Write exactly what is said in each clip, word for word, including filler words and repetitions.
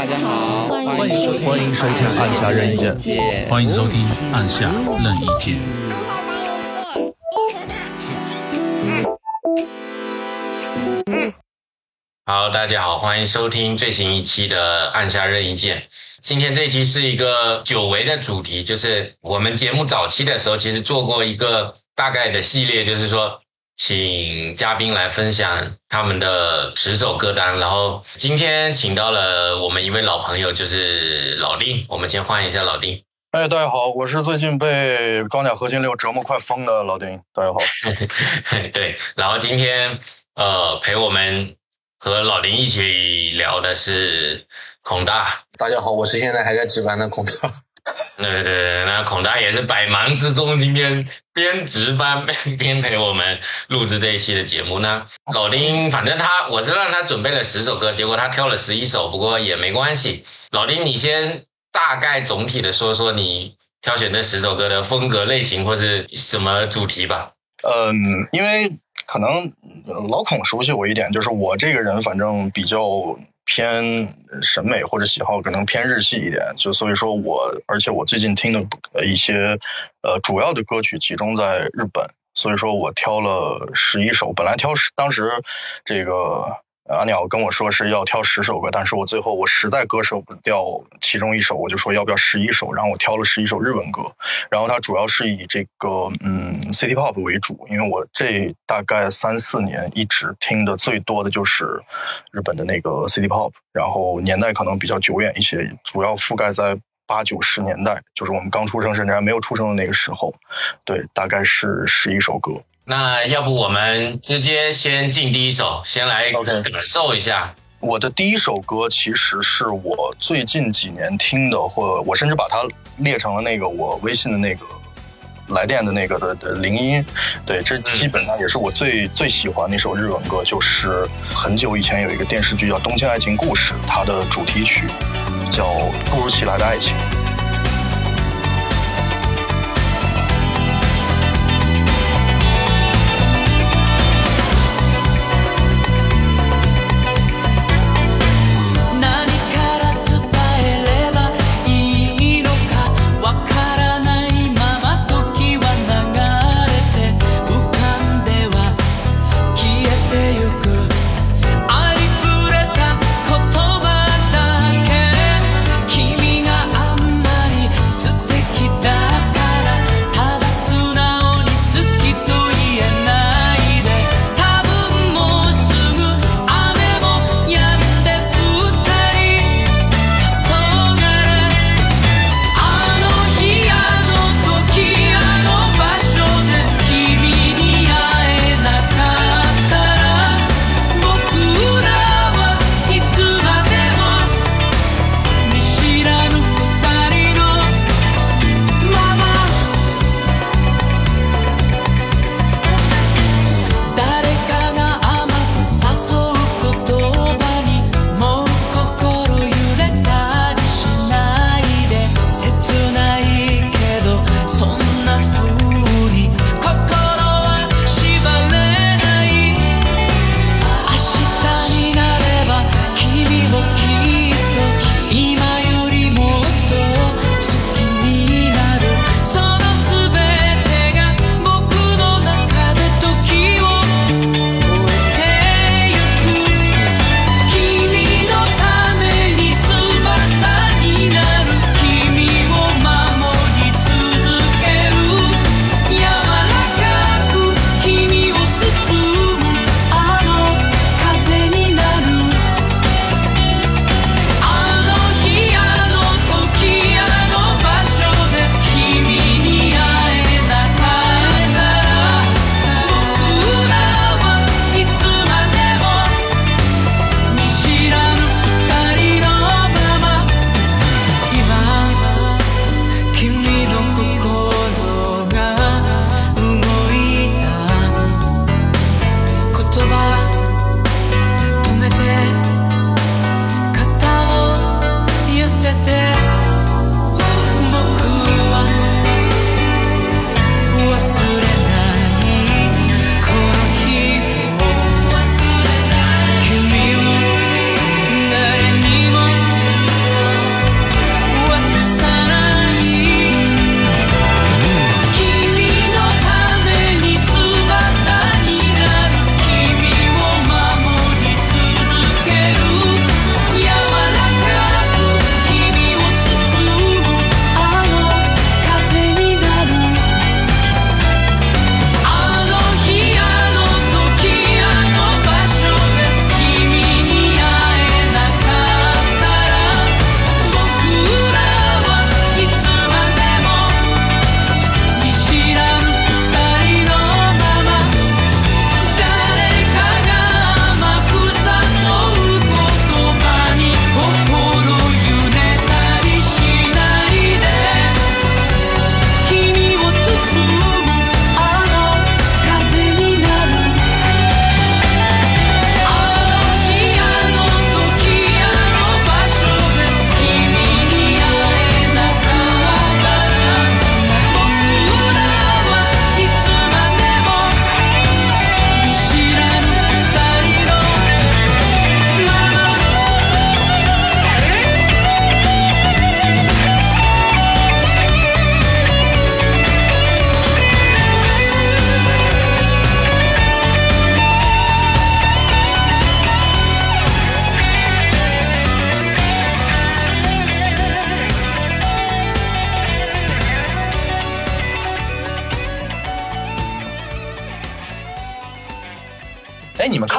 大家好， 欢迎收听欢迎收听按下任意键， 欢迎收听按下任意键。 好，大家好，欢迎收听最新一期的按下任意键。今天这一期是一个久违的主题，就是我们节目早期的时候其实做过一个大概的系列，就是说请嘉宾来分享他们的十首歌单，然后今天请到了我们一位老朋友，就是老丁。我们先欢迎一下老丁。 哎，大家好，我是最近被装甲核心六折磨快疯的老丁。大家好。 对，然后今天呃陪我们和老丁一起聊的是孔大。 大家好，我是现在还在值班的孔大。 对对对，那孔大也是百忙之中今天边值班边陪我们录制这一期的节目呢。老丁反正他我是让他准备了十首歌，结果他挑了十一首，不过也没关系。老丁你先大概总体的说说你挑选这十首歌的风格类型或是什么主题吧。 嗯，因为可能老孔熟悉我一点，就是我这个人反正比较偏审美或者喜好可能偏日系一点，就所以说我而且我最近听的一些呃主要的歌曲集中在日本，所以说我挑了十一首。本来挑当时这个阿鸟跟我说是要挑十首歌，但是我最后我实在割舍不掉其中一首，我就说要不要十一首，然后我挑了十一首日文歌。然后它主要是以这个嗯 City Pop 为主，因为我这大概三四年一直听的最多的就是日本的那个 City Pop， 然后年代可能比较久远一些，主要覆盖在八九十年代，就是我们刚出生甚至还没有出生的那个时候。对，大概是十一首歌。 那要不我们直接先进第一首，先来感受一下。 Okay. 我的第一首歌其实是我最近几年听的，或我甚至把它列成了那个我微信的那个来电的那个的的铃音。对，这基本上也是我最、嗯、最喜欢的一首日文歌，就是很久以前有一个电视剧叫《东京爱情故事》，它的主题曲叫《突如其来的爱情》。 君があん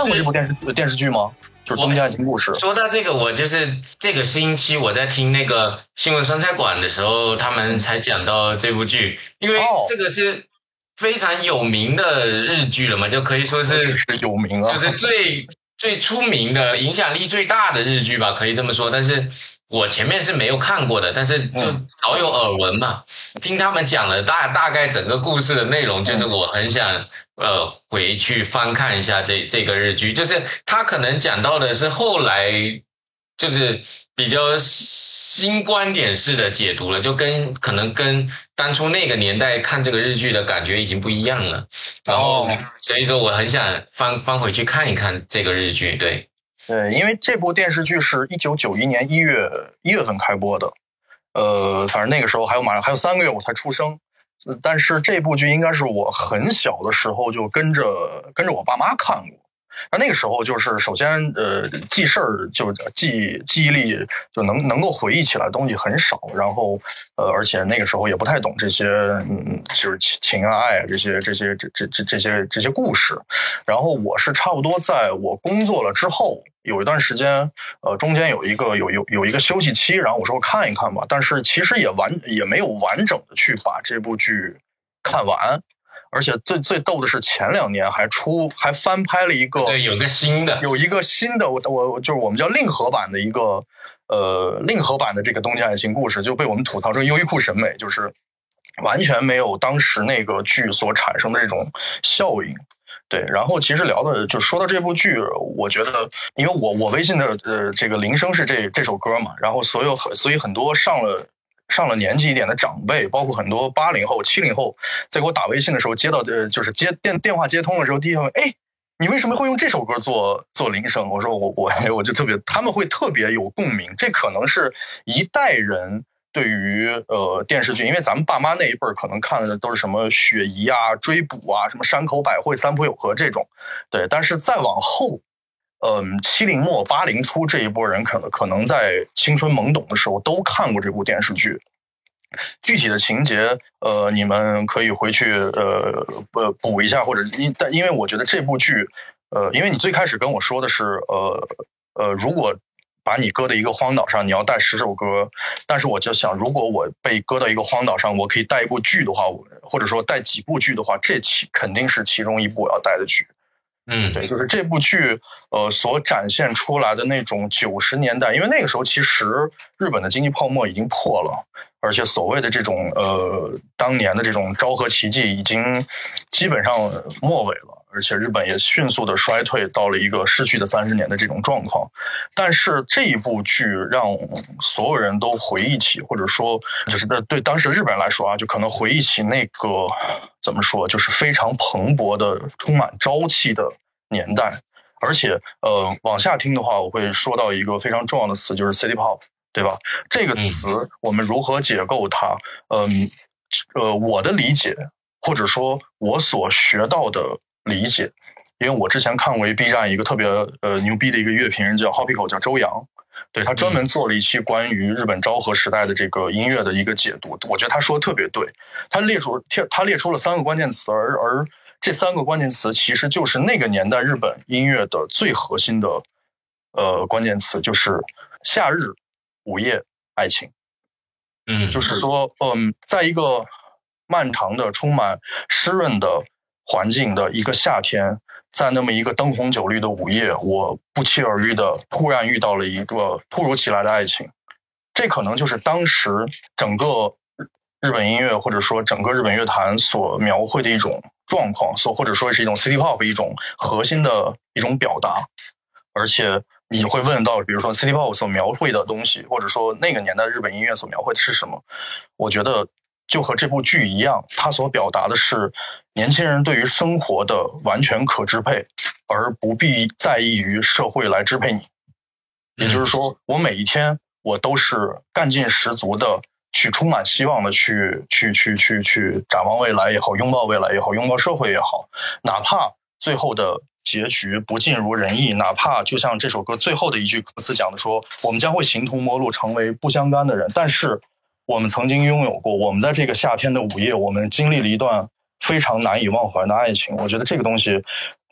看过这部电视电视剧吗？就是《东京爱情故事》。 说到这个，我就是这个星期我在听那个新闻酸菜馆的时候，他们才讲到这部剧，因为这个是非常有名的日剧了嘛，就可以说是有名啊， 就是最最出名的、影响力最大的日剧吧，可以这么说。但是我前面是没有看过的，但是就早有耳闻嘛，嗯、听他们讲了大大概整个故事的内容，就是我很想。呃，回去翻看一下这这个日剧，就是他可能讲到的是后来就是比较新观点式的解读了，就跟可能跟当初那个年代看这个日剧的感觉已经不一样了。然后，所以说我很想翻翻回去看一看这个日剧。对， 对，因为这部电视剧是一九九一年一月一月份开播的，呃，反正那个时候还有马上还有三个月我才出生。但是这部剧应该是我很小的时候就跟着跟着我爸妈看过，那那个时候就是首先呃记事儿就记记忆力就能能够回忆起来的东西很少，然后呃而且那个时候也不太懂这些嗯就是情啊爱啊这些这些这这这这些这些故事，然后我是差不多在我工作了之后。有一段时间，呃，中间有一个有有有一个休息期，然后我说看一看吧，但是其实也完也没有完整的去把这部剧看完，而且最最逗的是前两年还出还翻拍了一个， 对，有个新的， 有一个新的，我我就是我们叫令和版的一个呃令和版的这个东京爱情故事，就被我们吐槽成优衣库审美，就是完全没有当时那个剧所产生的这种效应。对，然后其实聊的就说到这部剧，我觉得，因为我我微信的呃这个铃声是这这首歌嘛，然后所有所以很多上了上了年纪一点的长辈，包括很多八零后、七零后，在给我打微信的时候，接到呃就是接电电话接通的时候，第一问，哎，你为什么会用这首歌做做铃声？我说我我我就特别，他们会特别有共鸣，这可能是一代人。对于呃电视剧，因为咱们爸妈那一辈儿可能看的都是什么雪姨啊、追捕啊、什么山口百惠、三浦友和这种，对。但是再往后，嗯，七零末八零初这一波人，可能可能在青春懵懂的时候都看过这部电视剧。具体的情节，呃，你们可以回去呃呃补一下，或者因但因为我觉得这部剧，呃，因为你最开始跟我说的是，呃呃，如果。把你搁到一个荒岛上，你要带十首歌，但是我就想，如果我被搁到一个荒岛上，我可以带一部剧的话，或者说带几部剧的话，这其肯定是其中一部我要带的剧。 嗯， 对，就是这部剧呃所展现出来的那种九十年代，因为那个时候其实日本的经济泡沫已经破了，而且所谓的这种呃当年的这种昭和奇迹已经基本上末尾了。而且日本也迅速的衰退到了一个逝去的三十年的这种状况，但是这一部剧让所有人都回忆起，或者说就是对当时的日本人来说啊，就可能回忆起那个怎么说，就是非常蓬勃的、充满朝气的年代。而且呃，往下听的话，我会说到一个非常重要的词，就是 City Pop， 对吧？这个词我们如何解构它？嗯，呃，我的理解，或者说我所学到的。理解，因为我之前看过一 B 站一个特别呃牛逼的一个乐评人叫 Hopico， 叫周洋，对，他专门做了一期关于日本昭和时代的这个音乐的一个解读，我觉得他说的特别对，他列出他列出了三个关键词，而而这三个关键词其实就是那个年代日本音乐的最核心的呃关键词，就是夏日、午夜、爱情。 嗯， 就是说，嗯，在一个漫长的、充满湿润的环境的一个夏天，在那么一个灯红酒绿的午夜，我不期而遇的突然遇到了一个突如其来的爱情。这可能就是当时整个日本音乐或者说整个日本乐坛所描绘的一种状况，所或者说是一种 City Pop 一种核心的一种表达。而且你会问到，比如说 City Pop 所描绘的东西，或者说那个年代日本音乐所描绘的是什么？我觉得就和这部剧一样，它所表达的是年轻人对于生活的完全可支配，而不必在意于社会来支配你。也就是说，我每一天我都是干劲十足的，去充满希望的去去去去去展望未来也好，拥抱未来也好，拥抱社会也好，哪怕最后的结局不尽如人意，哪怕就像这首歌最后的一句歌词讲的说，我们将会形同陌路，成为不相干的人，但是我们曾经拥有过，我们在这个夏天的午夜，我们经历了一段非常难以忘怀的爱情。我觉得这个东西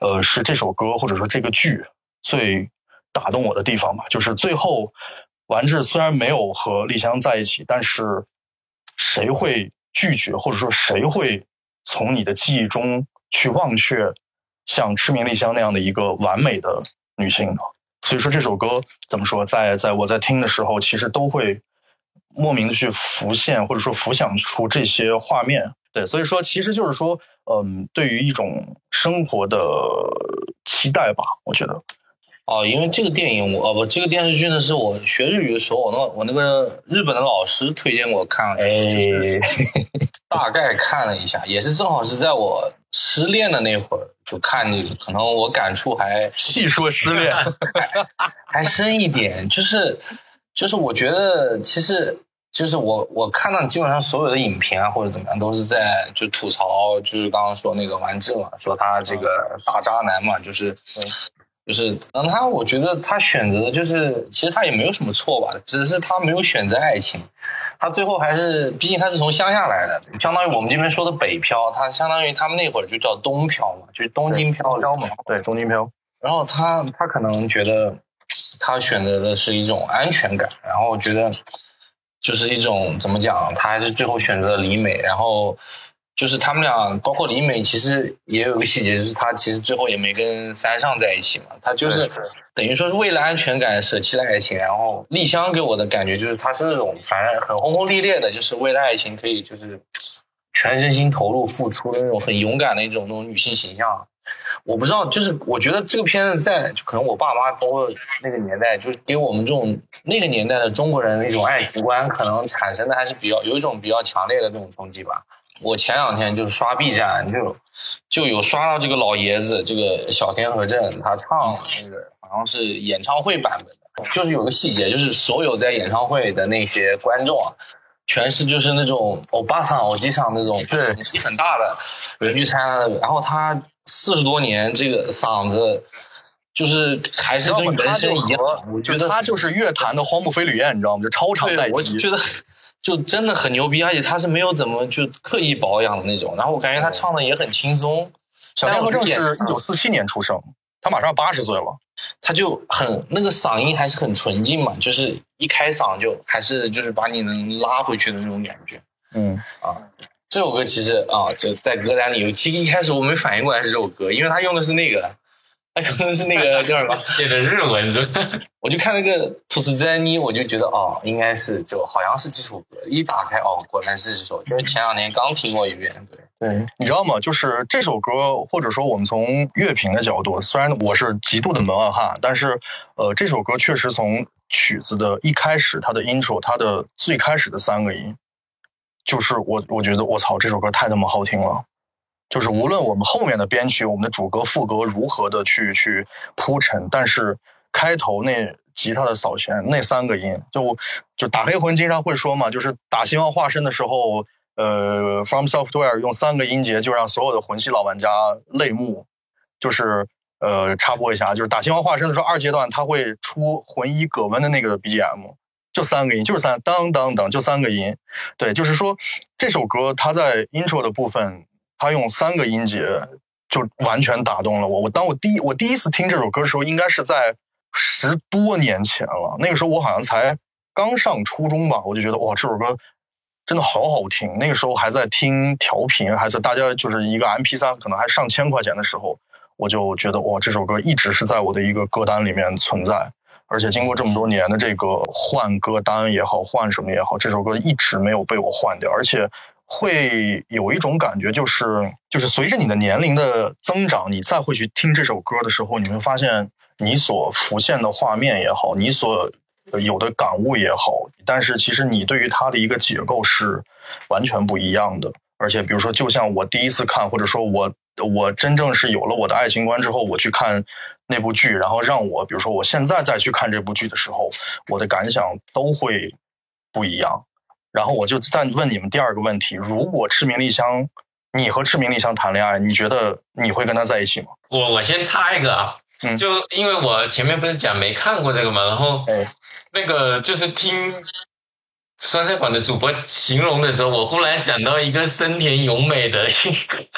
呃，是这首歌或者说这个剧最打动我的地方吧。就是最后完治虽然没有和丽香在一起，但是谁会拒绝，或者说谁会从你的记忆中去忘却像赤名丽香那样的一个完美的女性呢？所以说这首歌怎么说，在在我在听的时候，其实都会莫名的去浮现，或者说浮想出这些画面。对，所以说其实就是说，嗯，对于一种生活的期待吧，我觉得。 哦，因为这个电影我，呃不，这个电视剧呢是我学日语的时候，我那我那个日本的老师推荐我看了， 哎， 大概看了一下，也是正好是在我失恋的那会儿就看这个，可能我感触还细说失恋还还深一点，就是就是我觉得其实。就是我我看到基本上所有的影评啊或者怎么样都是在就吐槽，就是刚刚说那个完治嘛，说他这个大渣男嘛，就是嗯就是让他我觉得他选择的就是其实他也没有什么错吧，只是他没有选择爱情，他最后还是毕竟他是从乡下来的，相当于我们这边说的北漂，他相当于他们那会儿就叫东漂嘛，就是东京漂漂嘛，对，东京漂。 然后他他可能觉得他选择的是一种安全感，然后觉得。就是一种怎么讲，他还是最后选择了李美，然后就是他们俩，包括李美，其实也有一个细节，就是他其实最后也没跟三上在一起嘛，他就是等于说是为了安全感舍弃了爱情。然后丽香给我的感觉就是她是那种反正很轰轰烈烈的，就是为了爱情可以就是全身心投入付出的那种很勇敢的一种那种女性形象。我不知道，就是我觉得这个片子在就可能我爸妈包括那个年代，就是给我们这种那个年代的中国人的一种爱情观，可能产生的还是比较有一种比较强烈的这种冲击吧。我前两天就是刷 B 站，就就有刷到这个老爷子，这个小田和正他唱那个好像是演唱会版本的，就是有个细节，就是所有在演唱会的那些观众啊。全是就是那种欧巴桑、欧吉桑那种， 对， 年纪很大的人去参加的。然后他四十多年，这个嗓子就是还是跟原声一样。我觉得他就是乐坛的荒木飞吕彦，你知道吗？就超长待机。 我觉得就真的很牛逼，而且他是没有怎么就刻意保养的那种。然后我感觉他唱的也很轻松。 小田和正是一九四七年出生，他马上八十岁了。 他就很那个嗓音还是很纯净嘛，就是一开嗓就还是就是把你能拉回去的那种感觉。 嗯啊，这首歌其实啊就在歌单里有，其实一开始我没反应过来是这首歌，因为他用的是那个，他用的是那个叫什么写的日文是吧？ 我就看那个吐司珍妮，我就觉得哦，应该是就好像是这首歌，一打开哦，果然是这首，因为前两年刚听过一遍，对。 对，你知道吗？就是这首歌，或者说我们从乐评的角度，虽然我是极度的门外汉，但是呃，这首歌确实从曲子的一开始，它的 intro， 它的最开始的三个音，就是我我觉得我操，这首歌太他妈好听了。就是无论我们后面的编曲，我们的主歌副歌如何的去去铺陈，但是开头那吉他的扫弦那三个音，就就打黑魂经常会说嘛，就是打希望化身的时候。呃 ，From Software 用三个音节就让所有的魂系老玩家泪目，就是呃插播一下，就是打星王化身的时候，二阶段它会出魂一葛温的那个 B G M， 就三个音，就是三当当当，就三个音。对，就是说这首歌它在 intro 的部分，它用三个音节就完全打动了我。我当我第一我第一次听这首歌的时候，应该是在十多年前了，那个时候我好像才刚上初中吧，我就觉得哇，这首歌。真的好好听，那个时候还在听调频，还在大家就是一个 M P 三 可能还上千块钱的时候，我就觉得哇，这首歌一直是在我的一个歌单里面存在，而且经过这么多年的这个换歌单也好，换什么也好，这首歌一直没有被我换掉，而且会有一种感觉，就是就是随着你的年龄的增长，你再会去听这首歌的时候，你会发现你所浮现的画面也好，你所有的感悟也好，但是其实你对于它的一个结构是完全不一样的。而且比如说就像我第一次看，或者说我我真正是有了我的爱情观之后，我去看那部剧，然后让我比如说我现在再去看这部剧的时候，我的感想都会不一样。然后我就再问你们第二个问题，如果赤名丽香，你和赤名丽香谈恋爱，你觉得你会跟他在一起吗？ 我我先插一个啊，嗯、就因为我前面不是讲没看过这个嘛，然后那个就是听酸菜馆的主播形容的时候，我忽然想到一个深田咏美的一个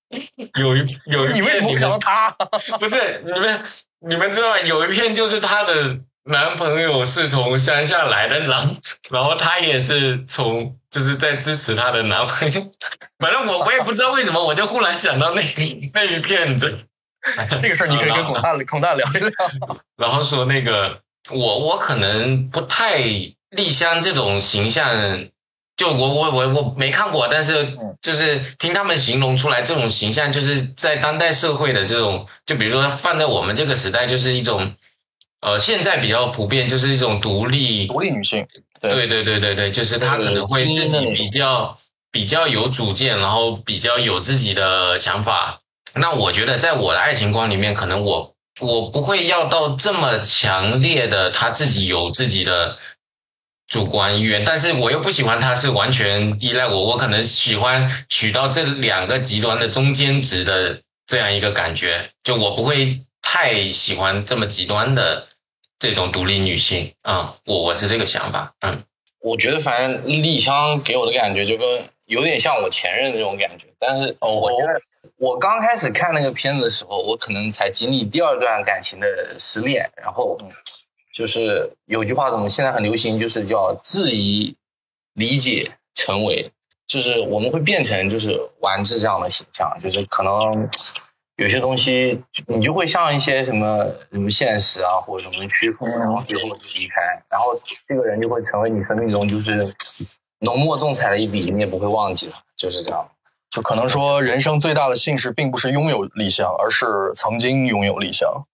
有一有一片你为什么会想到他？ 不是你们你们知道有一片就是她的男朋友是从乡下来的，然后然后她也是从就是在支持她的男朋友。反正我我也不知道为什么，我就忽然想到那那一片子。 这个事儿你可以跟孔大孔大聊一聊。 然后说那个我我可能不太丽香这种形象。就我我我我没看过，但是就是听他们形容出来这种形象，就是在当代社会的这种，就比如说放在我们这个时代，就是一种呃现在比较普遍，就是一种独立独立女性。 对对对对对，就是她可能会自己比较比较有主见，然后比较有自己的想法。那我觉得在我的爱情观里面，可能我我不会要到这么强烈的，她自己有自己的主观意愿，但是我又不喜欢他是完全依赖我，我可能喜欢取到这两个极端的中间值的这样一个感觉，就我不会太喜欢这么极端的这种独立女性啊、嗯，我我是这个想法，嗯， 我觉得反正丽香给我的感觉就跟有点像我前任那种感觉，但是我觉得我刚开始看那个片子的时候，我可能才经历第二段感情的失恋，然后。就是有句话怎么现在很流行，就是叫质疑、理解、成为，就是我们会变成就是丸治这样的形象，就是可能有些东西你就会像一些什么什么现实啊或者什么屈服，然后就离开，然后这个人就会成为你生命中就是浓墨重彩的一笔，你也不会忘记了，就是这样。 就可能说人生最大的幸事并不是拥有丽香，而是曾经拥有丽香。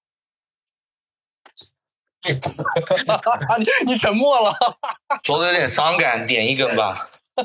你你沉默了， 说的有点伤感，点一根吧。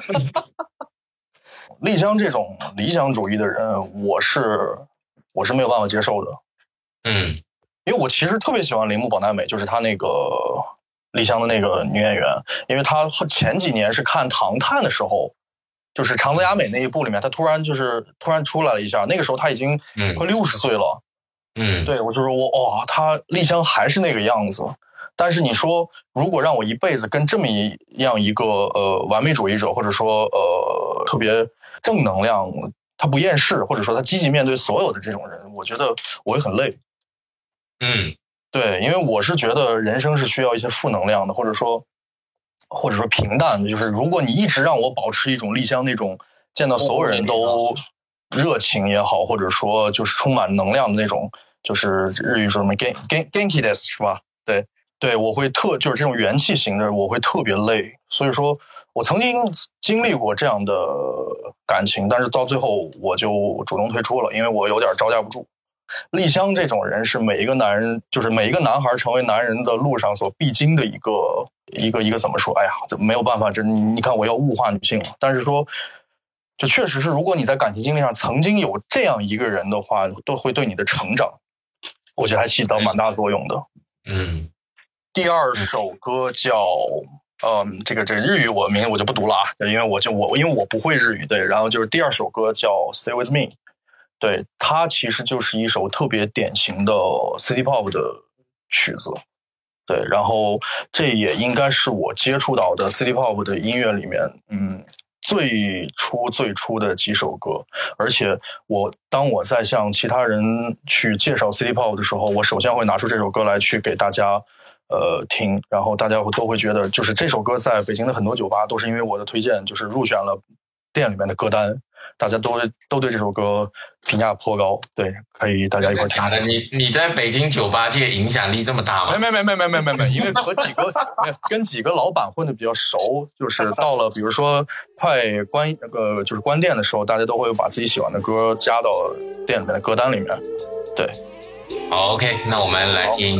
丽香这种理想主义的人，我是我是没有办法接受的。 嗯， 因为我其实特别喜欢铃木保奈美，就是她那个丽香的那个女演员，因为她前几年是看《唐探》的时候，就是长泽雅美那一部里面，她突然就是突然出来了一下，那个时候她已经快六十岁了。 嗯， 对，我就说我哇、哦，她丽香还是那个样子。但是你说，如果让我一辈子跟这么一样一个呃完美主义者，或者说呃特别正能量，他不厌世，或者说他积极面对所有的这种人，我觉得我会很累。 嗯， 对，因为我是觉得人生是需要一些负能量的，或者说或者说平淡的。就是如果你一直让我保持一种丽香那种见到所有人都热情也好，或者说就是充满能量的那种，就是日语说什么 gen gen genki des 是吧？对。对，我会特就是这种元气型的，我会特别累。所以说我曾经经历过这样的感情，但是到最后我就主动退出了，因为我有点招架不住。丽香这种人是每一个男人，就是每一个男孩成为男人的路上所必经的一个一个一个怎么说？哎呀，这没有办法，这你看我要物化女性了。但是说，就确实是，如果你在感情经历上曾经有这样一个人的话，都会对你的成长，我觉得还起到蛮大作用的。 嗯。 第二首歌叫，嗯，这个这个日语我名我就不读了啊，因为我就我因为我不会日语，对。然后就是第二首歌叫《Stay with Me》，对，它其实就是一首特别典型的 City Pop 的曲子，对。然后这也应该是我接触到的 City Pop 的音乐里面，嗯，最初最初的几首歌。而且我当我在向其他人去介绍 City Pop 的时候，我首先会拿出这首歌来去给大家。呃，听，然后大家都会觉得，就是这首歌在北京的很多酒吧都是因为我的推荐，就是入选了店里面的歌单，大家都都对这首歌评价颇高。对，可以大家一块听。 的，你你在北京酒吧界影响力这么大吗？ 没没没没没没没没，因为和几个跟几个老板混的比较熟，就是到了比如说快关那个就是关店的时候，大家都会把自己喜欢的歌加到店里面的歌单里面。对， 好 ，OK， 那我们来听。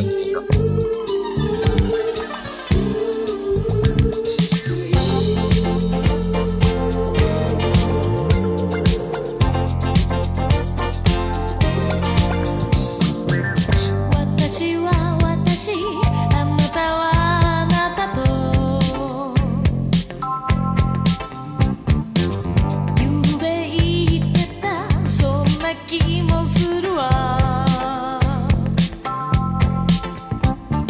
気もするわ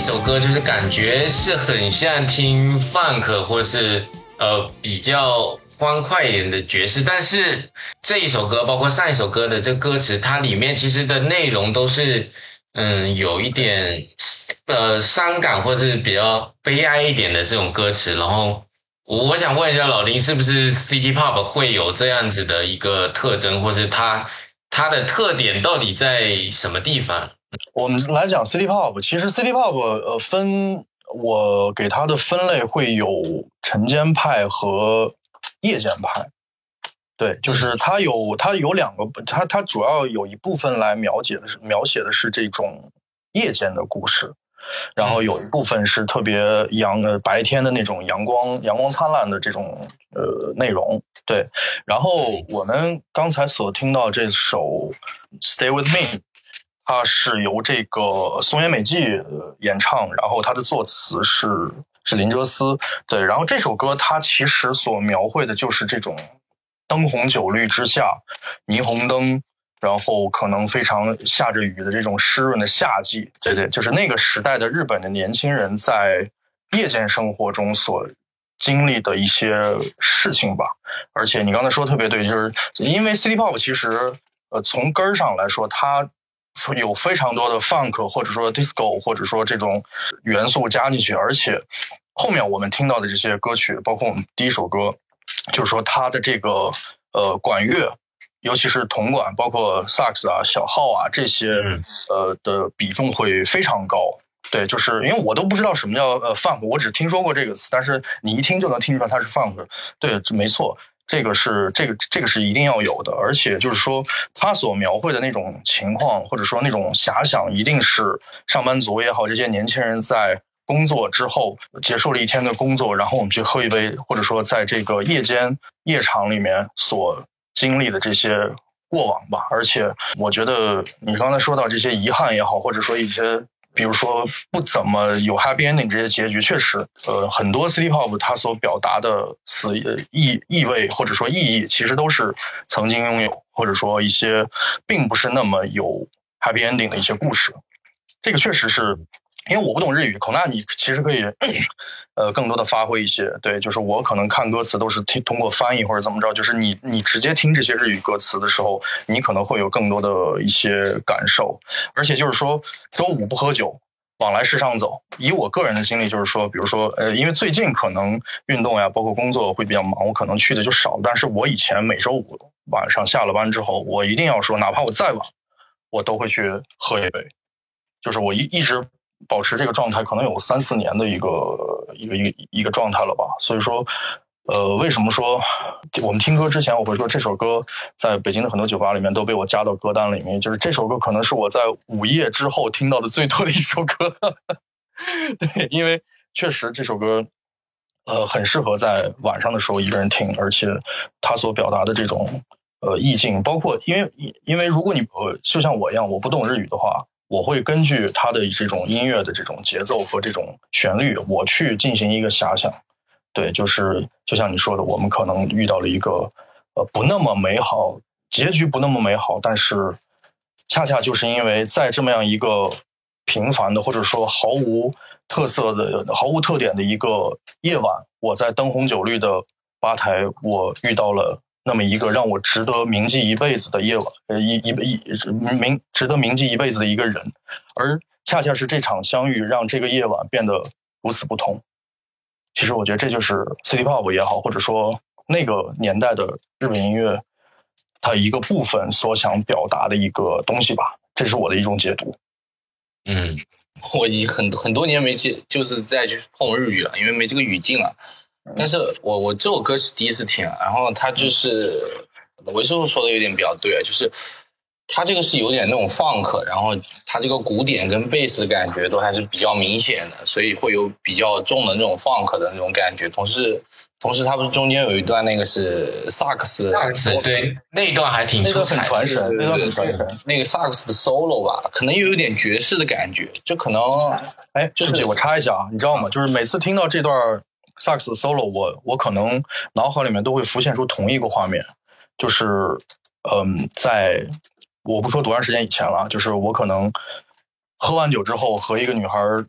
首歌就是感觉是很像听 funk 或是呃比较欢快一点的爵士，但是这一首歌包括上一首歌的这个歌词，它里面其实的内容都是嗯有一点呃伤感或是比较悲哀一点的这种歌词。然后我我想问一下老林，是不是 City Pop 会有这样子的一个特征，或是它它的特点到底在什么地方？ 我们来讲 City Pop， 其实 City Pop 呃分我给它的分类会有晨间派和夜间派。对，就是它有它有两个，它它主要有一部分来描写的是描写的是这种夜间的故事，然后有一部分是特别阳呃白天的那种阳光阳光灿烂的这种呃内容。对，然后我们刚才所听到这首 Stay With Me， 它是由这个松野美纪演唱，然后它的作词是是林哲思。对，然后这首歌它其实所描绘的就是这种灯红酒绿之下，霓虹灯，然后可能非常下着雨的这种湿润的夏季。对对，就是那个时代的日本的年轻人在夜间生活中所经历的一些事情吧。而且你刚才说的特别对，就是因为 City Pop 其实呃从根儿上来说，它有非常多的 funk 或者说 disco 或者说这种元素加进去，而且后面我们听到的这些歌曲，包括我们第一首歌，就是说它的这个呃管乐，尤其是铜管，包括萨克斯啊、小号啊这些呃的比重会非常高。对，就是因为我都不知道什么叫呃 funk， 我只听说过这个词，但是你一听就能听出来它是 funk。对，没错，这个是这个这个是一定要有的，而且就是说他所描绘的那种情况，或者说那种遐想，一定是上班族也好，这些年轻人在工作之后结束了一天的工作，然后我们去喝一杯，或者说在这个夜间夜场里面所经历的这些过往吧。而且我觉得你刚才说到这些遗憾也好，或者说一些比如说不怎么有 happy ending 这些结局，确实呃很多 City Pop 它所表达的词意意味或者说意义，其实都是曾经拥有，或者说一些并不是那么有 happy ending 的一些故事。这个确实是因为我不懂日语，孔纳你其实可以呃更多的发挥一些。对，就是我可能看歌词都是听通过翻译或者怎么着，就是你你直接听这些日语歌词的时候，你可能会有更多的一些感受。而且就是说周五不喝酒，往来世上走，以我个人的经历就是说，比如说呃因为最近可能运动呀包括工作会比较忙，我可能去的就少，但是我以前每周五晚上下了班之后，我一定要说哪怕我再晚我都会去喝一杯，就是我一一直保持这个状态可能有三四年的一个一个一个一个状态了吧。所以说呃，为什么说我们听歌之前我会说这首歌在北京的很多酒吧里面都被我加到歌单里面，就是这首歌可能是我在午夜之后听到的最多的一首歌对，因为确实这首歌呃很适合在晚上的时候一个人听，而且它所表达的这种呃意境，包括因为因为如果你呃就像我一样我不懂日语的话，我会根据它的这种音乐的这种节奏和这种旋律，我去进行一个遐想。对，就是就像你说的，我们可能遇到了一个呃不那么美好，结局不那么美好，但是恰恰就是因为在这么样一个平凡的或者说毫无特色的、毫无特点的一个夜晚，我在灯红酒绿的吧台，我遇到了那么一个让我值得铭记一辈子的夜晚，呃，一一一铭值得铭记一辈子的一个人，而恰恰是这场相遇让这个夜晚变得如此不同。其实我觉得这就是 City Pop 也好，或者说那个年代的日本音乐，它一个部分所想表达的一个东西吧，这是我的一种解读。 嗯，我已经很很多年没接，就是再去碰日语了，因为没这个语境了。但是我我这首歌是第一次听，然后它就是维师傅说的有点比较对，就是它这个是有点那种 funk， 然后它这个鼓点跟贝斯的感觉都还是比较明显的，所以会有比较重的那种 funk 的那种感觉。同时，同时它不是中间有一段那个是萨克斯的， 萨克斯对那一段还挺出彩， 很传神，那段很传神。 那个萨克斯的 solo 吧，可能又有点爵士的感觉，就可能哎，就是我插一下啊，你知道吗？就是每次听到这段萨克斯 solo， 我我可能脑海里面都会浮现出同一个画面，就是嗯，在我不说多长时间以前了，就是我可能喝完酒之后和一个女孩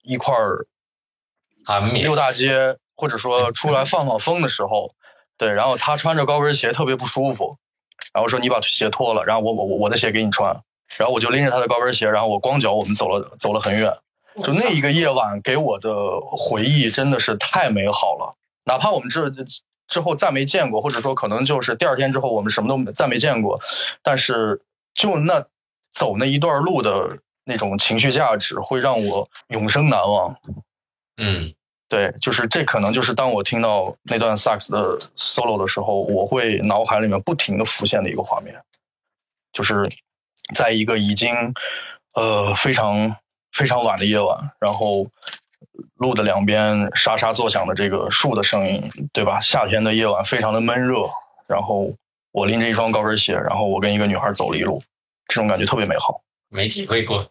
一块儿啊， 溜大街，或者说出来放放风的时候，对，然后他穿着高跟鞋特别不舒服，然后说你把鞋脱了，然后我我我的鞋给你穿，然后我就拎着他的高跟鞋，然后我光脚我们走了走了很远，就那一个夜晚给我的回忆真的是太美好了，哪怕我们这之后再没见过，或者说可能就是第二天之后我们什么都再没见过，但是就那走那一段路的那种情绪价值会让我永生难忘。 嗯， 对，就是这可能就是当我听到那段萨克斯的 solo 的时候，我会脑海里面不停的浮现的一个画面，就是在一个已经呃非常非常晚的夜晚，然后路的两边沙沙作响的这个树的声音，对吧？夏天的夜晚非常的闷热，然后我拎着一双高跟鞋，然后我跟一个女孩走了一路，这种感觉特别美好。 没体会过。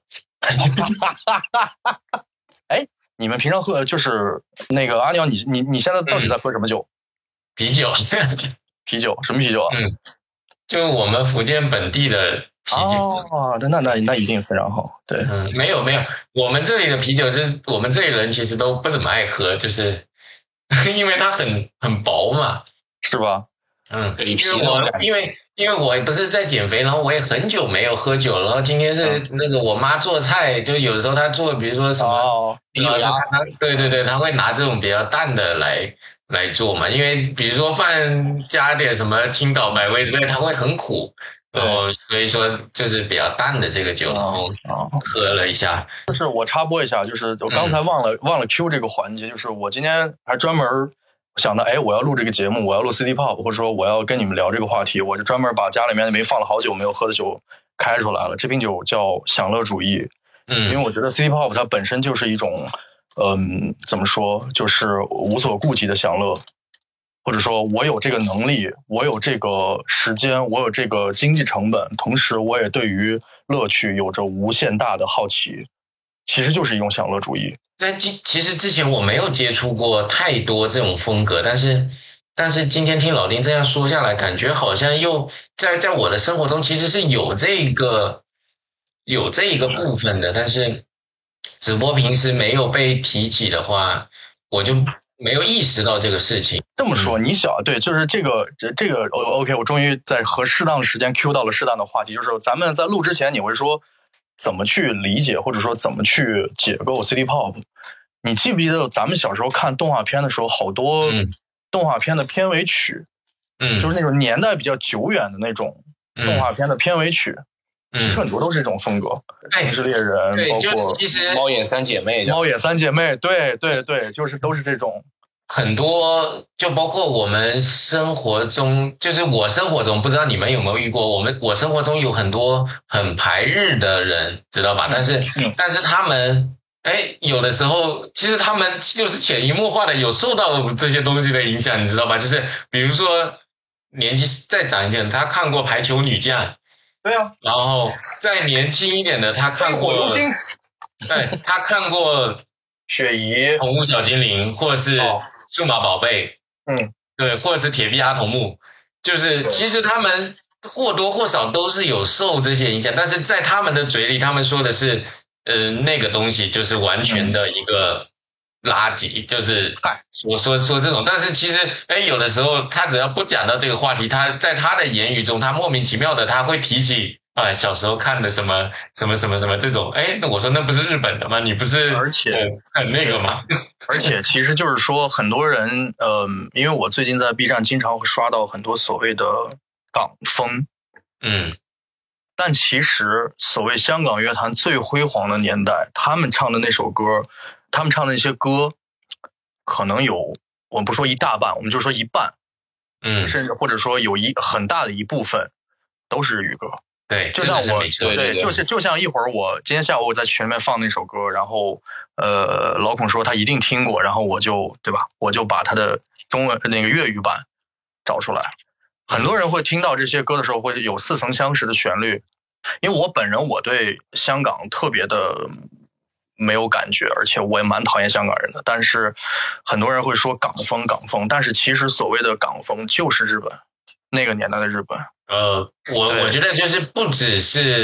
哎，你们平常喝就是那个阿鸟，你你你现在到底在喝什么酒？ 嗯、啤酒。 啤酒？什么啤酒啊？ 嗯，就我们福建本地的啤酒。 哦，那那那一定非常好。对， 嗯，没有没有，我们这里的啤酒是我们这里人其实都不怎么爱喝，就是因为它很很薄嘛， 是吧？ 嗯，因为我因为因为我不是在减肥，然后我也很久没有喝酒了，然后今天是那个我妈做菜，就有的时候她做，比如说什么啤酒鸭， 对对对，她会拿这种比较淡的来来做嘛，因为比如说饭加点什么青岛百威之类，它会很苦，然后所以说就是比较淡的这个酒，然后喝了一下。 就是我插播一下，就是我刚才忘了、嗯、忘了 Q 这个环节，就是我今天还专门想到，哎，我要录这个节目，我要录 City Pop， 或者说我要跟你们聊这个话题，我就专门把家里面没放了好久没有喝的酒开出来了。这瓶酒叫享乐主义， 嗯， 因为我觉得 City Pop 它本身就是一种，嗯，怎么说，就是无所顾忌的享乐，或者说我有这个能力，我有这个时间，我有这个经济成本，同时我也对于乐趣有着无限大的好奇，其实就是一种享乐主义。 但其实之前我没有接触过太多这种风格，但是但是今天听老丁这样说下来，感觉好像又在在我的生活中其实是有这个有这一个部分的，但是只不过平时没有被提起的话，我就没有意识到这个事情。 这么说，你想，对，就是这个这这个 OK， 我终于在和适当的时间 Q 到了适当的话题，就是咱们在录之前，你会说怎么去理解，或者说怎么去解构 City Pop？ 你记不记得咱们小时候看动画片的时候，好多动画片的片尾曲， 嗯， 就是那种年代比较久远的那种动画片的片尾曲，嗯、其实很多都是这种风格， 哎、 城市猎人，包括猫眼三姐妹， 猫眼三姐妹，对对对，就是都是这种。 很多就包括我们生活中，就是我生活中，不知道你们有没有遇过，我们我生活中有很多很排日的人，知道吧？但是、嗯、但是他们哎，有的时候其实他们就是潜移默化的有受到这些东西的影响，你知道吧？就是比如说年纪再长一点，他看过排球女将， 对啊， 然后再年轻一点的他看过火星， 对，他看过雪姨、 宠物小精灵，或者是数码宝贝， 嗯， 对，或者是铁臂阿童木，就是其实他们或多或少都是有受这些影响，但是在他们的嘴里，他们说的是，呃，那个东西就是完全的一个垃圾，嗯、就是我说说这种，但是其实，哎，有的时候他只要不讲到这个话题，他在他的言语中，他莫名其妙的他会提起。啊，小时候看的什么什么什么什么这种，哎，那我说那不是日本的吗？你不是而且、 呃、很那个吗？ 而且其实就是说，很多人，呃，因为我最近在 B 站经常会刷到很多所谓的港风， 嗯， 但其实所谓香港乐坛最辉煌的年代，他们唱的那首歌，他们唱的那些歌，可能有，我们不说一大半，我们就说一半， 嗯， 甚至或者说有一很大的一部分都是日语歌。 对， 就像我对对，就是就像一会儿我今天下午我在群里面放那首歌，然后呃，老孔说他一定听过，然后我就对吧，我就把他的中文那个粤语版找出来。很多人会听到这些歌的时候会有似曾相识的旋律，因为我本人我对香港特别的没有感觉，而且我也蛮讨厌香港人的。但是很多人会说港风港风，但是其实所谓的港风就是日本那个年代的日本。 呃，我我觉得就是不只是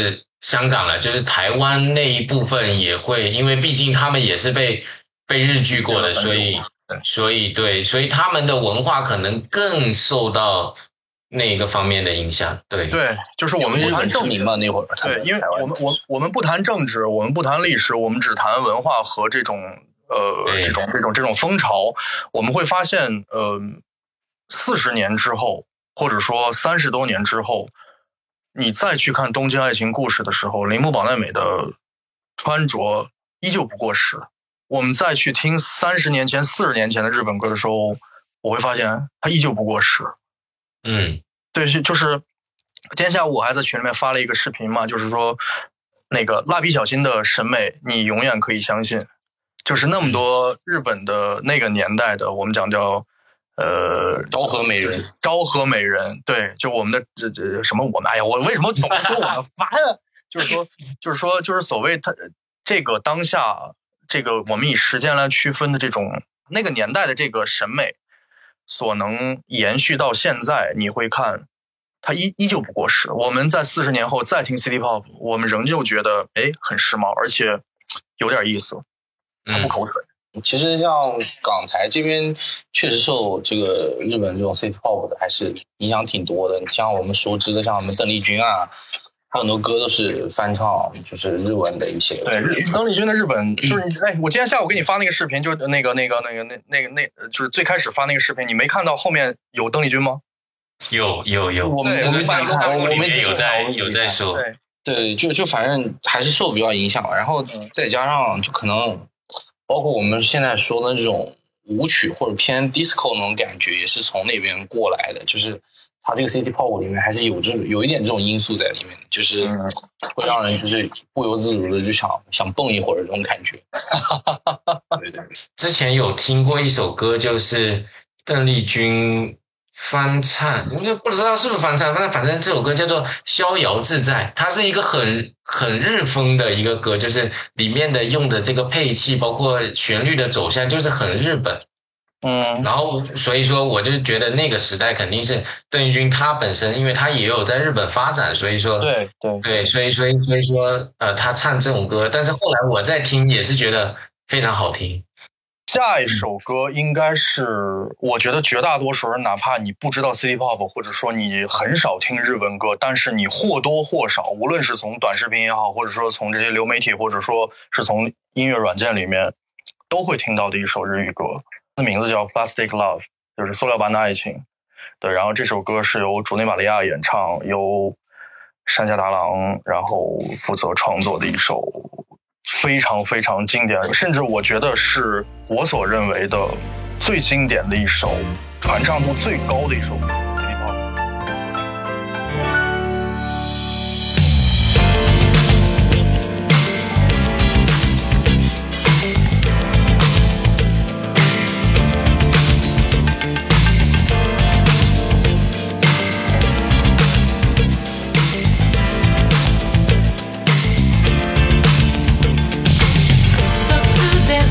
香港了，就是台湾那一部分也会，因为毕竟他们也是被被日剧过的，所以所以对，所以他们的文化可能更受到那个方面的影响。对对，就是我们不谈政治嘛，那会儿对，因为我们我我们不谈政治，我们不谈历史，我们只谈文化和这种呃这种这种这种风潮，我们会发现，呃，四十年之后，或者说三十多年之后，你再去看《东京爱情故事》的时候，铃木保奈美的穿着依旧不过时。我们再去听三十年前、四十年前的日本歌的时候，我会发现它依旧不过时。 嗯， 对，就是今天下午我还在群里面发了一个视频嘛，就是说那个蜡笔小新的审美，你永远可以相信。就是那么多日本的那个年代的，我们讲叫呃昭和美人， 昭和美人，对，就我们的这这什么我们，哎呀，我为什么总说我们烦啊？就是说，就是说，就是所谓他这个当下。这个我们以时间来区分的这种那个年代的这个审美所能延续到现在，你会看它依依旧不过时。我们在四十年后再听 City Pop， 我们仍旧觉得哎很时髦，而且有点意思，它不口水。 嗯、其实像港台这边确实受这个日本这种 City Pop 的还是影响挺多的。你像我们熟知的，像我们邓丽君啊。他很多歌都是翻唱，就是日文的一些。 对，邓丽君的日本就是你，哎，我今天下午给你发那个视频，就是那个、那个、那个、那、那个、那，就是最开始发那个视频，你没看到后面有邓丽君吗？ 有有有， 我们我们看过，我们有在有在说。 对对，就就反正还是受比较影响，然后再加上就可能包括我们现在说的这种舞曲或者偏 disco 那种感觉，也是从那边过来的，就是。它这个 City Pop 里面还是有这有一点这种因素在里面，就是会让人就是不由自主的就想想蹦一会儿这种感觉。对对。 之前有听过一首歌，就是邓丽君翻唱，我就不知道是不是翻唱，但反正这首歌叫做《逍遥自在》，它是一个很很日风的一个歌，就是里面的用的这个配器，包括旋律的走向，就是很日本。 嗯， 然后所以说我就觉得那个时代肯定是邓丽君她本身，因为她也有在日本发展，所以说对对对，所以所以所以说呃，她唱这种歌，但是后来我在听也是觉得非常好听。 下一首歌应该是，我觉得绝大多数人，哪怕你不知道 City Pop， 或者说你很少听日文歌，但是你或多或少，无论是从短视频也好，或者说从这些流媒体，或者说是从音乐软件里面，都会听到的一首日语歌。它的名字叫 Plastic Love， 就是塑料般的爱情。对，然后这首歌是由竹内玛利亚演唱，由山下达郎然后负责创作的一首非常非常经典，甚至我觉得是我所认为的最经典的一首，传唱度最高的一首歌。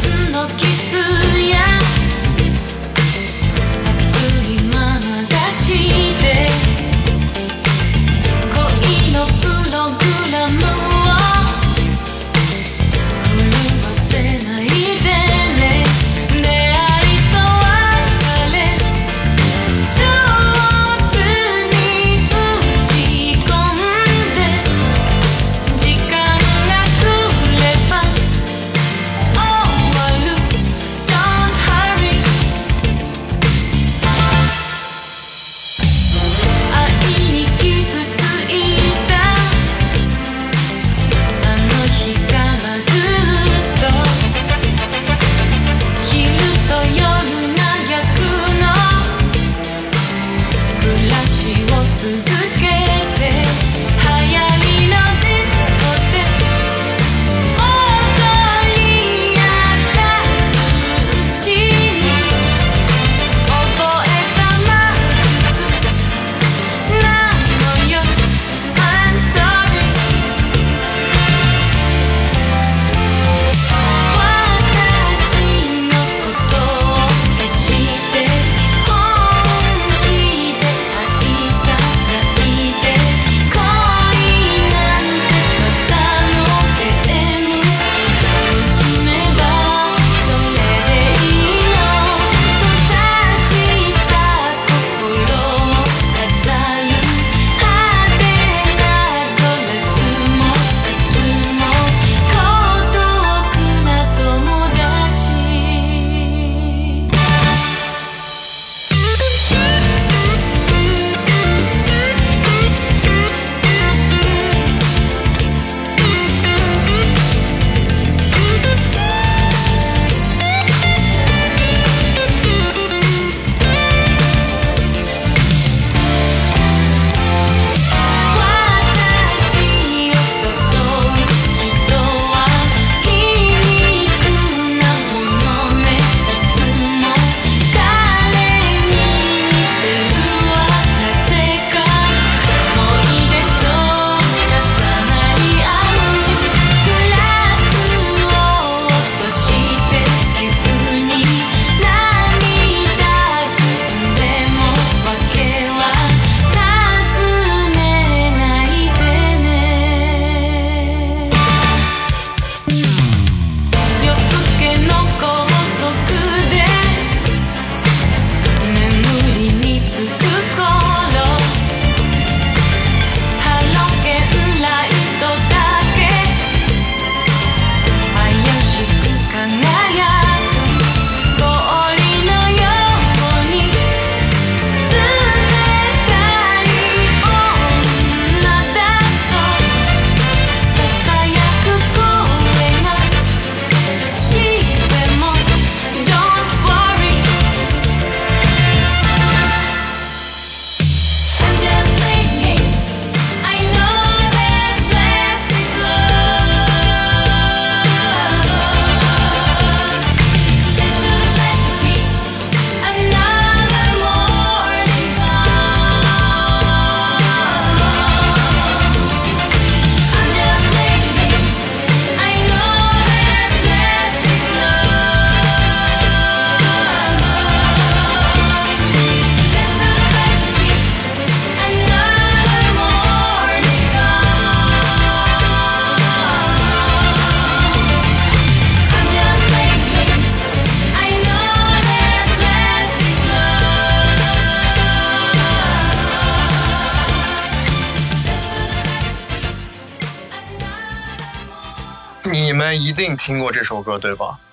熱い眼差し天一定听过这首歌，对吧？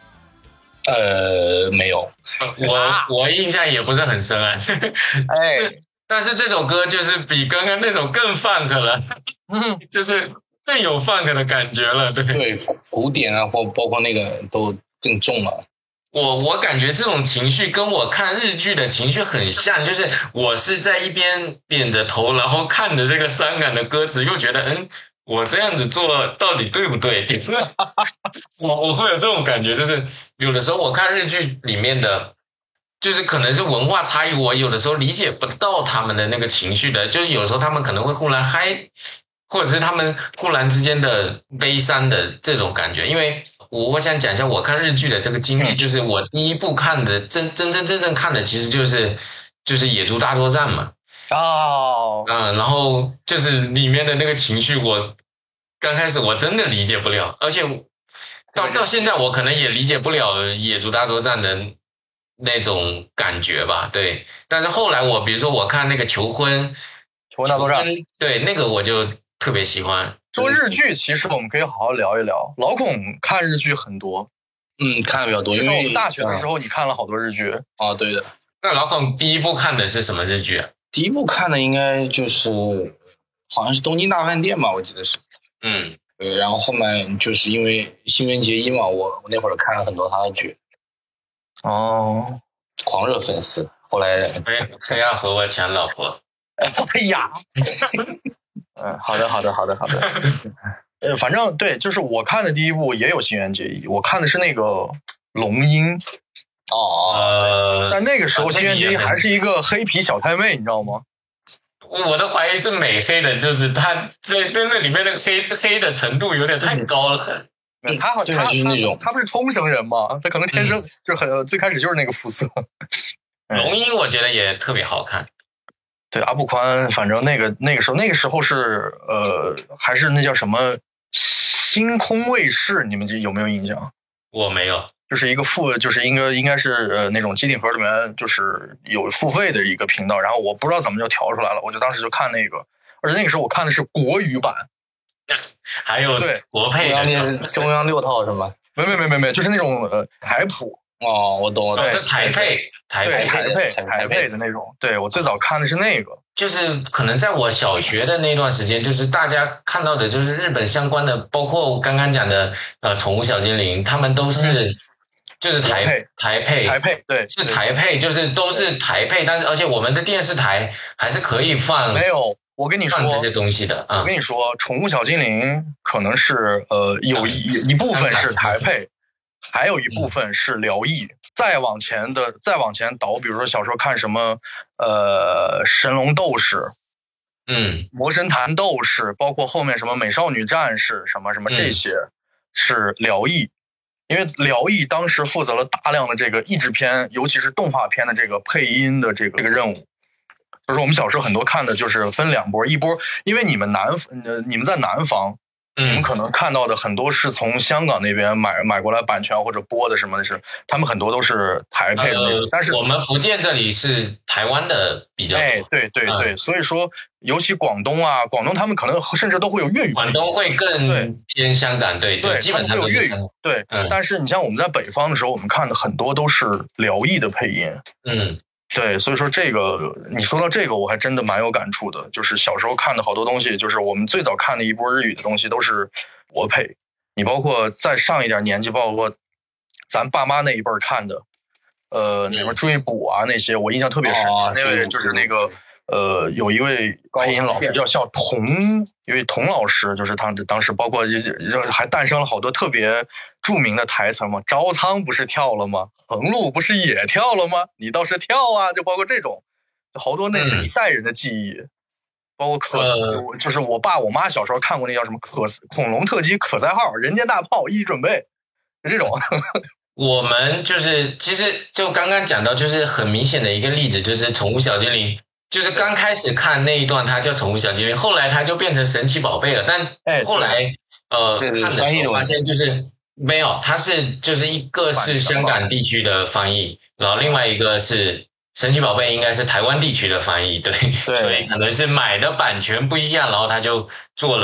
呃，没有。 我我印象也不是很深啊。 哎， 但是这首歌就是比刚刚那首更 funk 了， 嗯， 就是更有 funk 的感觉了，对。 对，古典啊，或包括那个都更重了。 我我感觉这种情绪跟我看日剧的情绪很像，就是我是在一边点着头，然后看着这个伤感的歌词，又觉得嗯，我这样子做到底对不对？我我会有这种感觉，就是有的时候我看日剧里面的，就是可能是文化差异，我有的时候理解不到他们的那个情绪的，就是有时候他们可能会忽然嗨，或者是他们忽然之间的悲伤的这种感觉，因为。我我想讲一下我看日剧的这个经历，就是我第一部看的真真真正正看的其实就是就是野猪大作战嘛。 哦， 嗯，然后就是里面的那个情绪，我刚开始我真的理解不了，而且到到现在我可能也理解不了野猪大作战的那种感觉吧，对。但是后来我比如说我看那个求婚， 求婚大作战， 对那个我就特别喜欢。 说日剧，其实我们可以好好聊一聊。老孔看日剧很多， 嗯，看的比较多，因为我们大学的时候你看了好多日剧。 啊，对的。 那老孔第一部看的是什么日剧啊？ 第一部看的应该就是好像是《东京大饭店》吧，我记得是。 嗯， 对，然后后面就是因为新垣结衣嘛，我我那会儿看了很多他的剧。 哦， 狂热粉丝。后来非非要和我抢老婆。 哎呀。嗯，好的，好的，好的，好的。呃，反正对，就是我看的第一部也有新垣结衣，我看的是那个龙樱。 哦， 呃， 但那个时候新垣结衣还是一个黑皮小太妹，你知道吗？ 我的怀疑是美黑的，就是她在在那里面那个黑黑的程度有点太高了。 嗯，他好，他就是那种他不是冲绳人吗？他可能天生就很最开始就是那个肤色。 龙樱我觉得也特别好看。 对，阿部宽，反正那个那个时候，那个时候是呃，还是那叫什么星空卫视，你们有没有印象？ 我没有， 就是一个付，就是应该应该是呃那种机顶盒里面就是有付费的一个频道，然后我不知道怎么就调出来了，我就当时就看那个，而且那个时候我看的是国语版， 还有对国配的， 中央中央六套是吗？ 没没没没没，就是那种呃台谱。 哦，我懂，我懂， 是台配，台配， 台配，台配的那种。对，我最早看的是那个， 就是可能在我小学的那段时间，就是大家看到的，就是日本相关的，包括刚刚讲的呃，宠物小精灵，他们都是、嗯、就是台台配， 台配，对， 是台配，就是都是台配，但是而且我们的电视台还是可以放， 没有。我跟你说这些东西的，嗯、 我跟你说，宠物小精灵可能是呃有一一部分是台配。还有一部分是辽艺，嗯、再往前的再往前倒，比如说小时候看什么呃神龙斗士， 嗯， 魔神坛斗士，包括后面什么美少女战士什么什么这些、嗯、是辽艺，因为辽艺当时负责了大量的这个译制片，尤其是动画片的这个配音的这个这个任务。就是我们小时候很多看的就是分两波，一波因为你们南呃你们在南方。你们可能看到的很多是从香港那边买买过来版权或者播的什么的是，他们很多甚至台配的那种、呃。但是我们福建这里是台湾的比较多。 哎，对对对、嗯，所以说尤其广东啊，广东他们可能甚至都会有粤语。 广东会更偏香港，对对， 基本上都有粤语。对、嗯，但是你像我们在北方的时候，我们看的很多都是辽艺的配音。 嗯。 对，所以说这个你说到这个，我还真的蛮有感触的。就是小时候看的好多东西，就是我们最早看的一波日语的东西都是国配。你包括再上一点年纪，包括咱爸妈那一辈看的，呃，什么追捕啊那些，我印象特别深。 哦、 那位就是那个呃，有一位配音老师叫叫童，一位童老师，就是他当时包括还诞生了好多特别著名的台词嘛，招仓不是跳了吗？横路不是也跳了吗？你倒是跳啊！就包括这种，好多那是一代人的记忆，嗯、包括可、呃，就是我爸我妈小时候看过那叫什么可恐龙特辑可赛号，人间大炮一准备，就这种。 我们就是其实就刚刚讲到，就是很明显的一个例子，就是宠物小精灵。就是刚开始看那一段，它叫宠物小精灵，后来它就变成神奇宝贝了。但后来、哎、呃看的时候发现就是没有，它是就是一个是香港地区的翻译，然后另外一个是神奇宝贝应该是台湾地区的翻译，对， 对， 所以可能是买的版权不一样，然后他就做了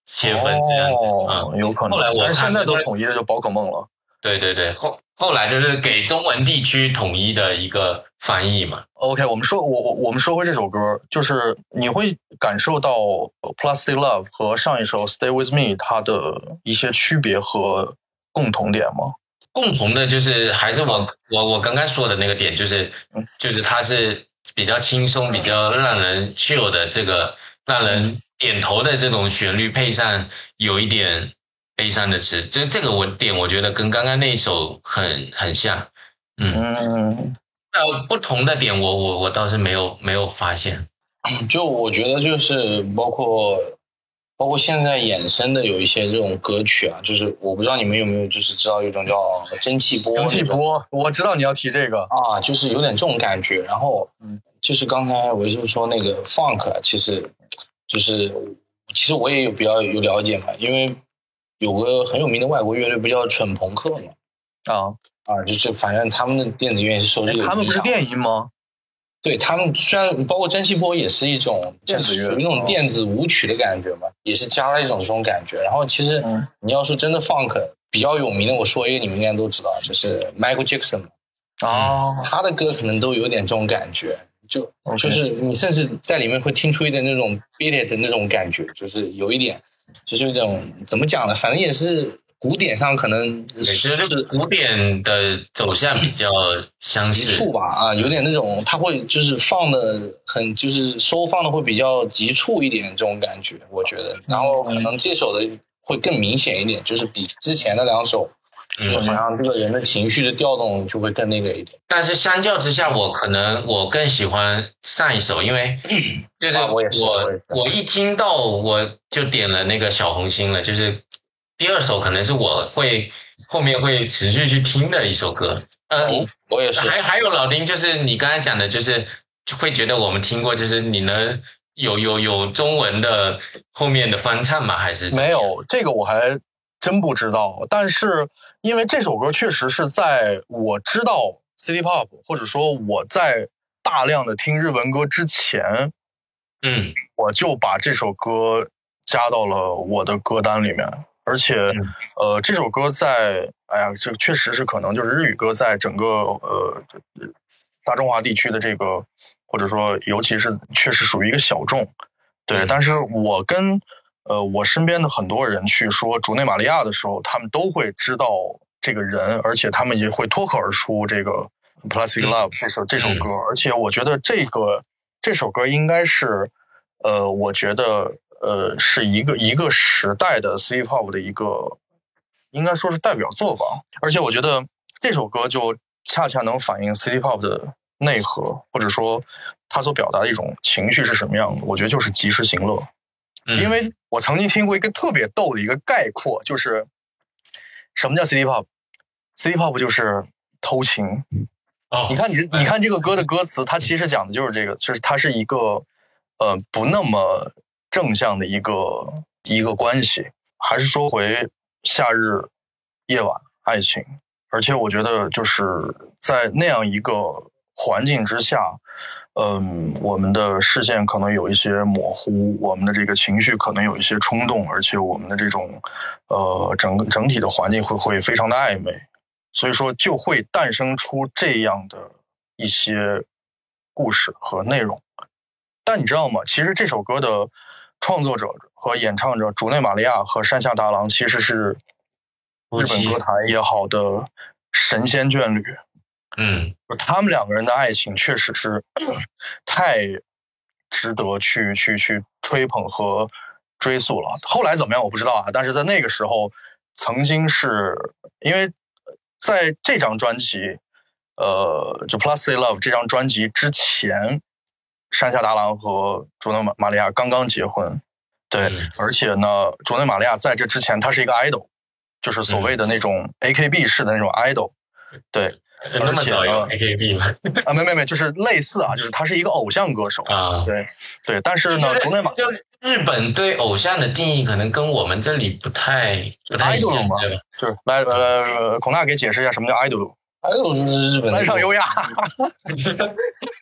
切分这样子啊、 哦嗯， 有可能。 后来我但是现在都看统一的就宝可梦了。 对对对，后后来就是给中文地区统一的一个翻译嘛。 OK， 我们说，我我我们说回这首歌，就是你会感受到 Plastic Love 和上一首 Stay With Me 它的一些区别和共同点吗？ 共同的就是还是我我我刚刚说的那个点，就是就是它是比较轻松、比较让人 chill 的这个让人点头的这种旋律，配上有一点悲伤的词，这这个我点我觉得跟刚刚那一首很很像。嗯嗯， 呃，不同的点我我我倒是没有没有发现。 就我觉得就是包括包括现在衍生的有一些这种歌曲啊，就是我不知道你们有没有就是知道有一种叫蒸汽波， 蒸汽波，我知道你要提这个啊，就是有点这种感觉。然后嗯，就是刚才我就说那个 funk， 其实就是其实我也有比较有了解嘛，因为有个很有名的外国乐队不叫蠢朋克嘛， 啊啊，就是反正他们的电子乐是受这个， 他们不是电音吗？ 对，他们虽然包括蒸汽波也是一种电子乐， 属于那种电子舞曲的感觉嘛，也是加了一种这种感觉。然后其实你要说真的 funk 比较有名的，我说一个你们应该都知道，就是 Michael Jackson 啊、哦， 他的歌可能都有点这种感觉，就就是你甚至在里面会听出一点那种 beat 的那种感觉，就是有一点，就是一种怎么讲呢？反正也是。古典上可能是就是古典的走向比较相似， 急促吧啊，有点那种，他会就是放的很，就是收放的会比较急促一点这种感觉，我觉得。然后可能这首的会更明显一点，就是比之前的两首，就是好像这个人的情绪的调动就会更那个一点。 但是相较之下，我可能我更喜欢上一首，因为就是我、啊、我, 我, 我一听到我就点了那个小红心了，就是。第二首可能是我会后面会持续去听的一首歌，呃， 哦、我也是。 还还有老丁，就是你刚才讲的，就是会觉得我们听过，就是你能有有有中文的后面的翻唱吗？还是没有？这个我还真不知道。但是因为这首歌确实是在我知道 City Pop 或者说我在大量的听日文歌之前， 嗯， 我就把这首歌加到了我的歌单里面。而且，呃，这首歌在，哎呀，这确实是可能就是日语歌在整个呃大中华地区的这个，或者说尤其是确实属于一个小众，对。但是我跟呃我身边的很多人去说竹内玛利亚的时候，他们都会知道这个人，而且他们也会脱口而出这个 Plastic Love 这首这首歌。而且我觉得这个这首歌应该是，呃，我觉得。呃，是一个一个时代的 City Pop 的一个，应该说是代表作吧。而且我觉得这首歌就恰恰能反映 City Pop 的内核，或者说它所表达的一种情绪是什么样的。我觉得就是及时行乐。嗯、因为我曾经听过一个特别逗的一个概括，就是什么叫 City Pop？City Pop 就是偷情。 哦， 你看你你看这个歌的歌词，它其实讲的就是这个，就是它是一个呃不那么。正向的一个一个关系，还是说回夏日夜晚爱情。而且我觉得就是在那样一个环境之下，嗯，我们的视线可能有一些模糊，我们的这个情绪可能有一些冲动，而且我们的这种呃整个整体的环境会会非常的暧昧，所以说就会诞生出这样的一些故事和内容。但你知道吗？其实这首歌的创作者和演唱者竹内玛利亚和山下达郎其实是日本歌坛也好的神仙眷侣。 嗯， 他们两个人的爱情确实是太值得去去去吹捧和追溯了。后来怎么样我不知道啊，但是在那个时候，曾经是因为在这张专辑，呃，就 Plastic Love 这张专辑之前。山下达郎和竹内玛利亚刚刚结婚，对，嗯、而且呢，竹内玛利亚在这之前，她是一个 idol， 就是所谓的那种 A K B 式的那种 idol， 对， 那么早有 A K B 吗？ 啊，没没没，就是类似啊，就是他是一个偶像歌手啊， 对对，但是呢，竹内玛就日本对偶像的定义可能跟我们这里不太不太一样， 嘛， 对吧？ 就是来呃，孔大给解释一下什么叫 idol。 idol 就是日本三上优雅。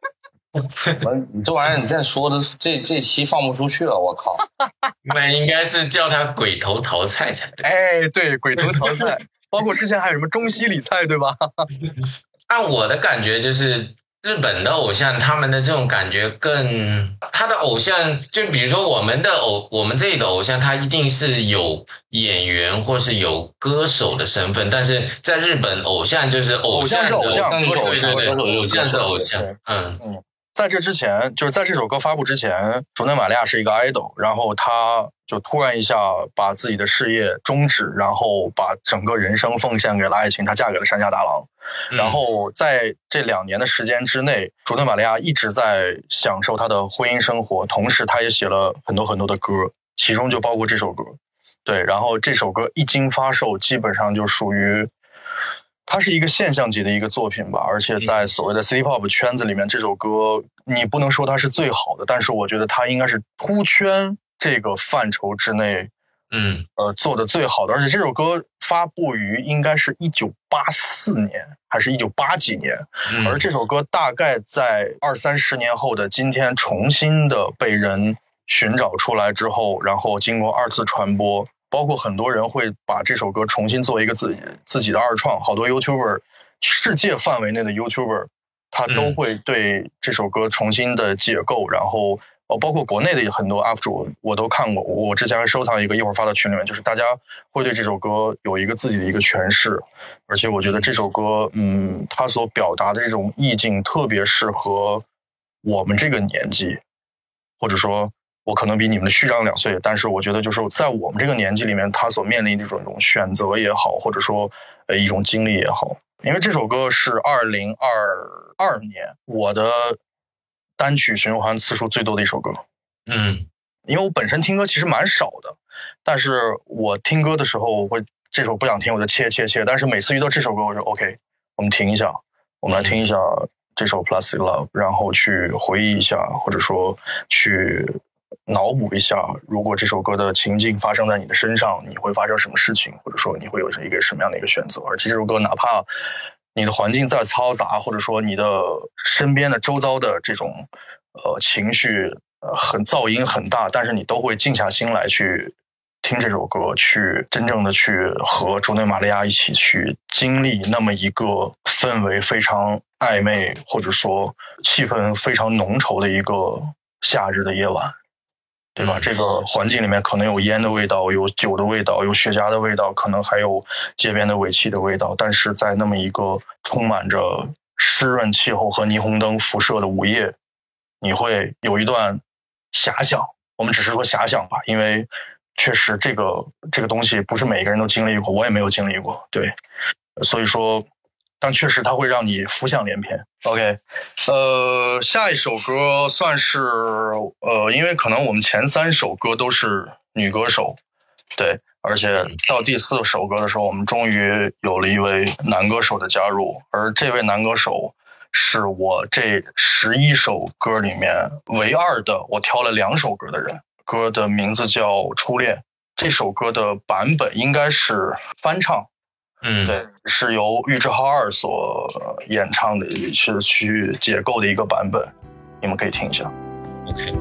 你这玩意儿你再说的这这期放不出去了，我靠！ 那应该是叫他鬼头桃菜才对。 哎，对，鬼头桃菜，包括之前还有什么中西里菜，对吧？ 按我的感觉就是。日本的偶像，他们的这种感觉更，他的偶像就比如说我们的偶，我们这里的偶像，他一定是有演员或是有歌手的身份，但是在日本，偶像就是偶像的偶像是偶像， 歌手偶像是偶像，嗯嗯。在这之前，就是在这首歌发布之前，竹内玛利亚是一个 idol， 然后他就突然一下把自己的事业终止，然后把整个人生奉献给了爱情，她嫁给了山下达郎。嗯、然后在这两年的时间之内，竹内玛利亚一直在享受她的婚姻生活，同时她也写了很多很多的歌，其中就包括这首歌。对，然后这首歌一经发售，基本上就属于。它是一个现象级的一个作品吧，而且在所谓的 City Pop 圈子里面，这首歌你不能说它是最好的，但是我觉得它应该是出圈这个范畴之内， 嗯， 呃，做的最好的。而且这首歌发布于应该是一九八四年还是一九八几年， 嗯、 而这首歌大概在二三十年后的今天重新的被人寻找出来之后，然后经过二次传播。包括很多人会把这首歌重新做一个自己自己的二创，好多 YouTuber 世界范围内的 YouTuber 他都会对这首歌重新的解构，然后包括国内的很多 U P 主我都看过，我之前还收藏一个，一会儿发到群里面，就是大家会对这首歌有一个自己的一个诠释，而且我觉得这首歌嗯，它所表达的这种意境特别适合我们这个年纪，或者说我可能比你们的虚长两岁，但是我觉得就是在我们这个年纪里面，他所面临的一种选择也好，或者说呃一种经历也好。因为这首歌是二零二二年我的单曲循环次数最多的一首歌。 嗯， 因为我本身听歌其实蛮少的，但是我听歌的时候，我会这首不想听我就切切切，但是每次遇到这首歌，我就 OK， 我们停一下，我们来听一下这首 Plastic Love， 然后去回忆一下，或者说去脑补一下，如果这首歌的情境发生在你的身上，你会发生什么事情，或者说你会有一个什么样的一个选择。而且这首歌哪怕你的环境再嘈杂，或者说你的身边的周遭的这种呃情绪呃很噪音很大，但是你都会静下心来去听这首歌，去真正的去和竹内玛利亚一起去经历那么一个氛围非常暧昧，或者说气氛非常浓稠的一个夏日的夜晚。对吧？这个环境里面可能有烟的味道，有酒的味道，有雪茄的味道，可能还有街边的尾气的味道。但是在那么一个充满着湿润气候和霓虹灯辐射的午夜，你会有一段遐想。我们只是说遐想吧，因为确实这个这个东西不是每个人都经历过，我也没有经历过。对，所以说。但确实它会让你浮想联翩。OK， 呃，下一首歌算是呃，因为可能我们前三首歌都是女歌手，对，而且到第四首歌的时候，我们终于有了一位男歌手的加入，而这位男歌手是我这十一首歌里面唯二的，我挑了两首歌的人。歌的名字叫《初恋》，这首歌的版本应该是翻唱。 嗯， 对，是由玉置浩二所演唱的，是去解构的一个版本，你们可以听一下。 OK。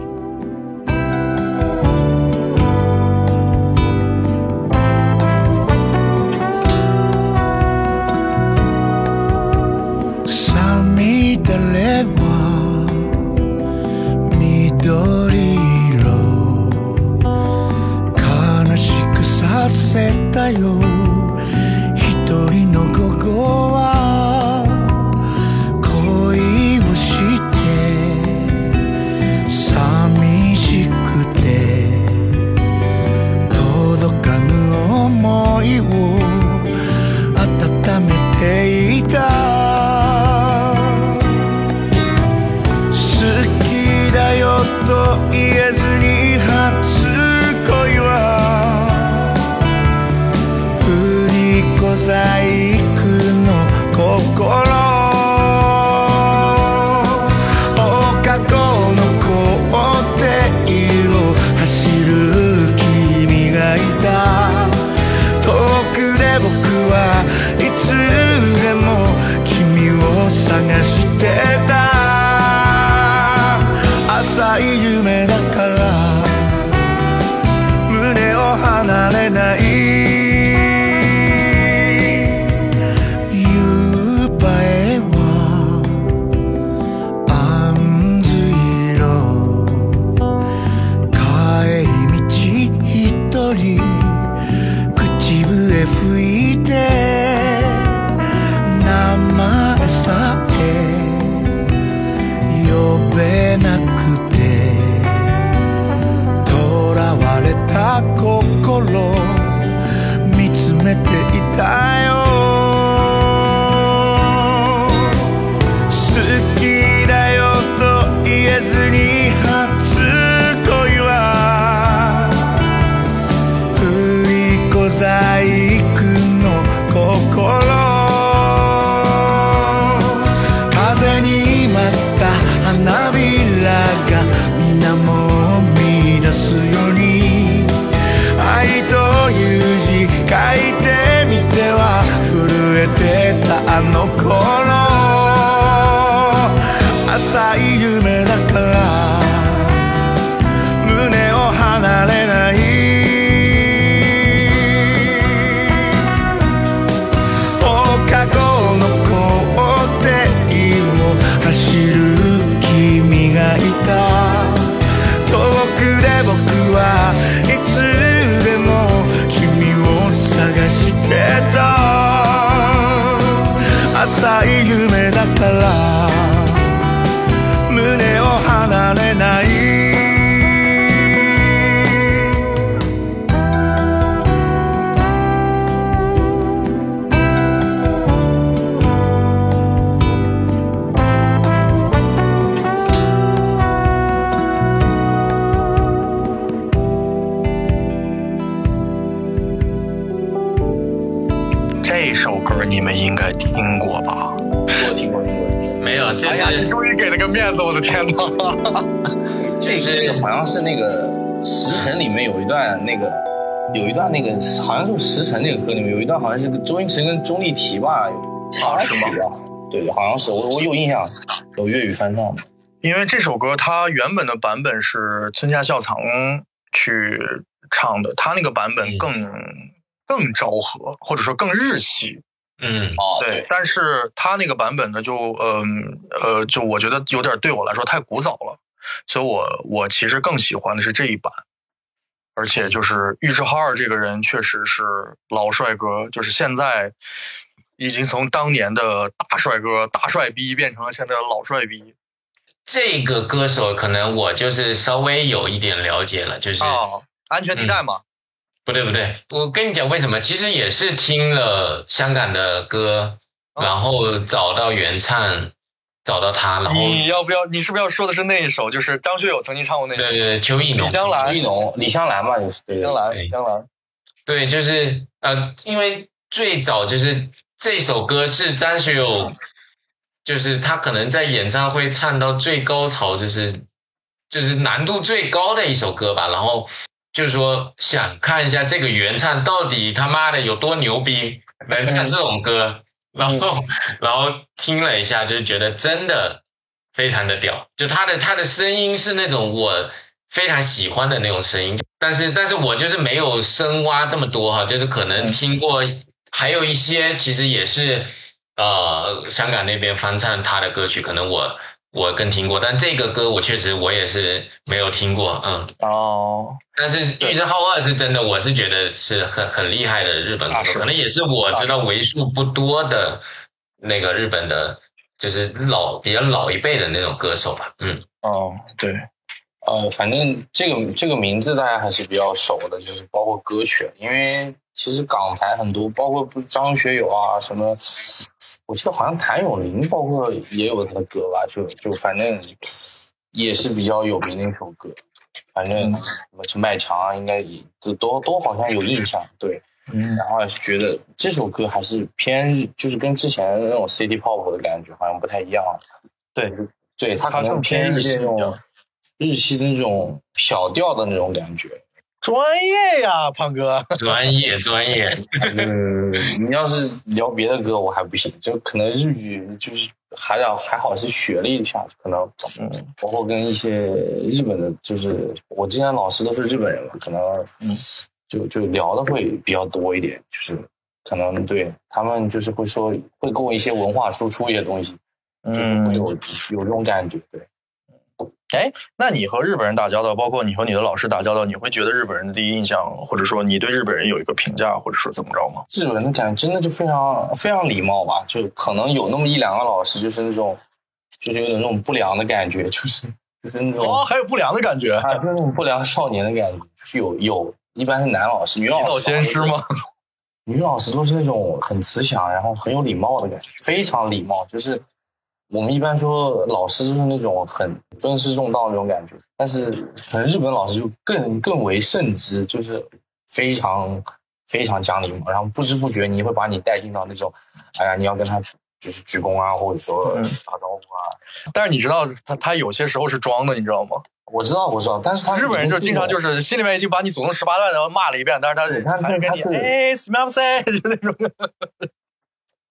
恋をしてあの頃浅い夢だから胸を離れない放課後の校庭を走る君がいた遠くで僕はいつでも君を探してた浅い夢だから胸を離れない这首歌你们应该听过吧？ 我听过听过。 没有，这是、 哎呀，你终于给了个面子，我的天哪！ 这这个好像是那个《食神》里面有一段那个有一段那个好像就是《食神》那个歌里面有一段好像是周星驰跟钟丽缇吧插曲的，对对，好像是我我有印象，有粤语翻唱的。 因为这首歌它原本的版本是村下孝藏去唱的，他那个版本更、嗯、更昭和，或者说更日系。 嗯， 哦， 对，但是他那个版本呢，就嗯 呃, 呃，就我觉得有点对我来说太古早了，所以我我其实更喜欢的是这一版，而且就是玉置浩二这个人确实是老帅哥，就是现在已经从当年的大帅哥、大帅逼变成了现在的老帅逼。 这个歌手可能我就是稍微有一点了解了，就是哦，安全地带嘛。 嗯不对不对，我跟你讲为什么，其实也是听了香港的歌，哦、然后找到原唱，找到他，然后你要不要？你是不是要说的是那一首？就是张学友曾经唱过那首？ 对对对，邱意浓， 李香兰， 邱意浓，李香兰嘛，就是李香兰，李香兰。 对，就是呃，因为最早就是这首歌是张学友，就是他可能在演唱会唱到最高潮，就是就是难度最高的一首歌吧，然后。就是说想看一下这个原唱到底他妈的有多牛逼，能唱这种歌，然后然后听了一下，就觉得真的非常的屌，就他的他的声音是那种我非常喜欢的那种声音，但是但是我就是没有深挖这么多哈，就是可能听过，还有一些其实也是呃香港那边翻唱他的歌曲，可能我。我更听过，但这个歌我确实我也是没有听过，嗯。 哦。 但是玉置浩二是真的，我是觉得是很很厉害的日本歌手，可能也是我知道为数不多的那个日本的，就是老比较老一辈的那种歌手吧，嗯。 哦，对。 呃，反正这个这个名字大家还是比较熟的，就是包括歌曲，因为其实港台很多，包括不张学友啊什么，我记得好像谭咏麟，包括也有他的歌吧，就就反正也是比较有名的一首歌，反正什么陈百强啊，应该也都都都好像有印象，对，嗯，然后也是觉得这首歌还是偏日，就是跟之前的那种 City Pop 的感觉好像不太一样， 对， 对，它可能偏日系那种。日系的那种小调的那种感觉， 专业呀，胖哥， 专业专业。 嗯，你要是聊别的歌，我还不行，就可能日语就是还要还好是学了一下，可能嗯，包括跟一些日本的，就是我之前老师都是日本人嘛，可能嗯，就就聊的会比较多一点，就是可能对他们就是会说会跟我一些文化输出一些东西，就是会有、嗯、有这种感觉，对。 哎，那你和日本人打交道，包括你和你的老师打交道，你会觉得日本人的第一印象，或者说你对日本人有一个评价，或者说怎么着吗？ 日本人的感觉真的就非常非常礼貌吧，就可能有那么一两个老师就是那种，就是有点那种不良的感觉，就是就是那种哦，还有不良的感觉， 啊，就是那种不良少年的感觉，就是有有，一般是男老师，女老师先师吗？ 女老师都是那种很慈祥，然后很有礼貌的感觉，非常礼貌，就是。我们一般说老师就是那种很尊师重道那种感觉，但是可能日本老师就更更为甚之，就是非常非常讲礼貌，然后不知不觉你会把你带进到那种，哎呀，你要跟他就是鞠躬啊，或者说打招呼啊。 嗯、但是你知道他他有些时候是装的，你知道吗？ 我知道，我知道，但是他日本人就经常就是心里面已经把你祖宗十八代然后骂了一遍，但是他他跟你哎，すみません，就那种。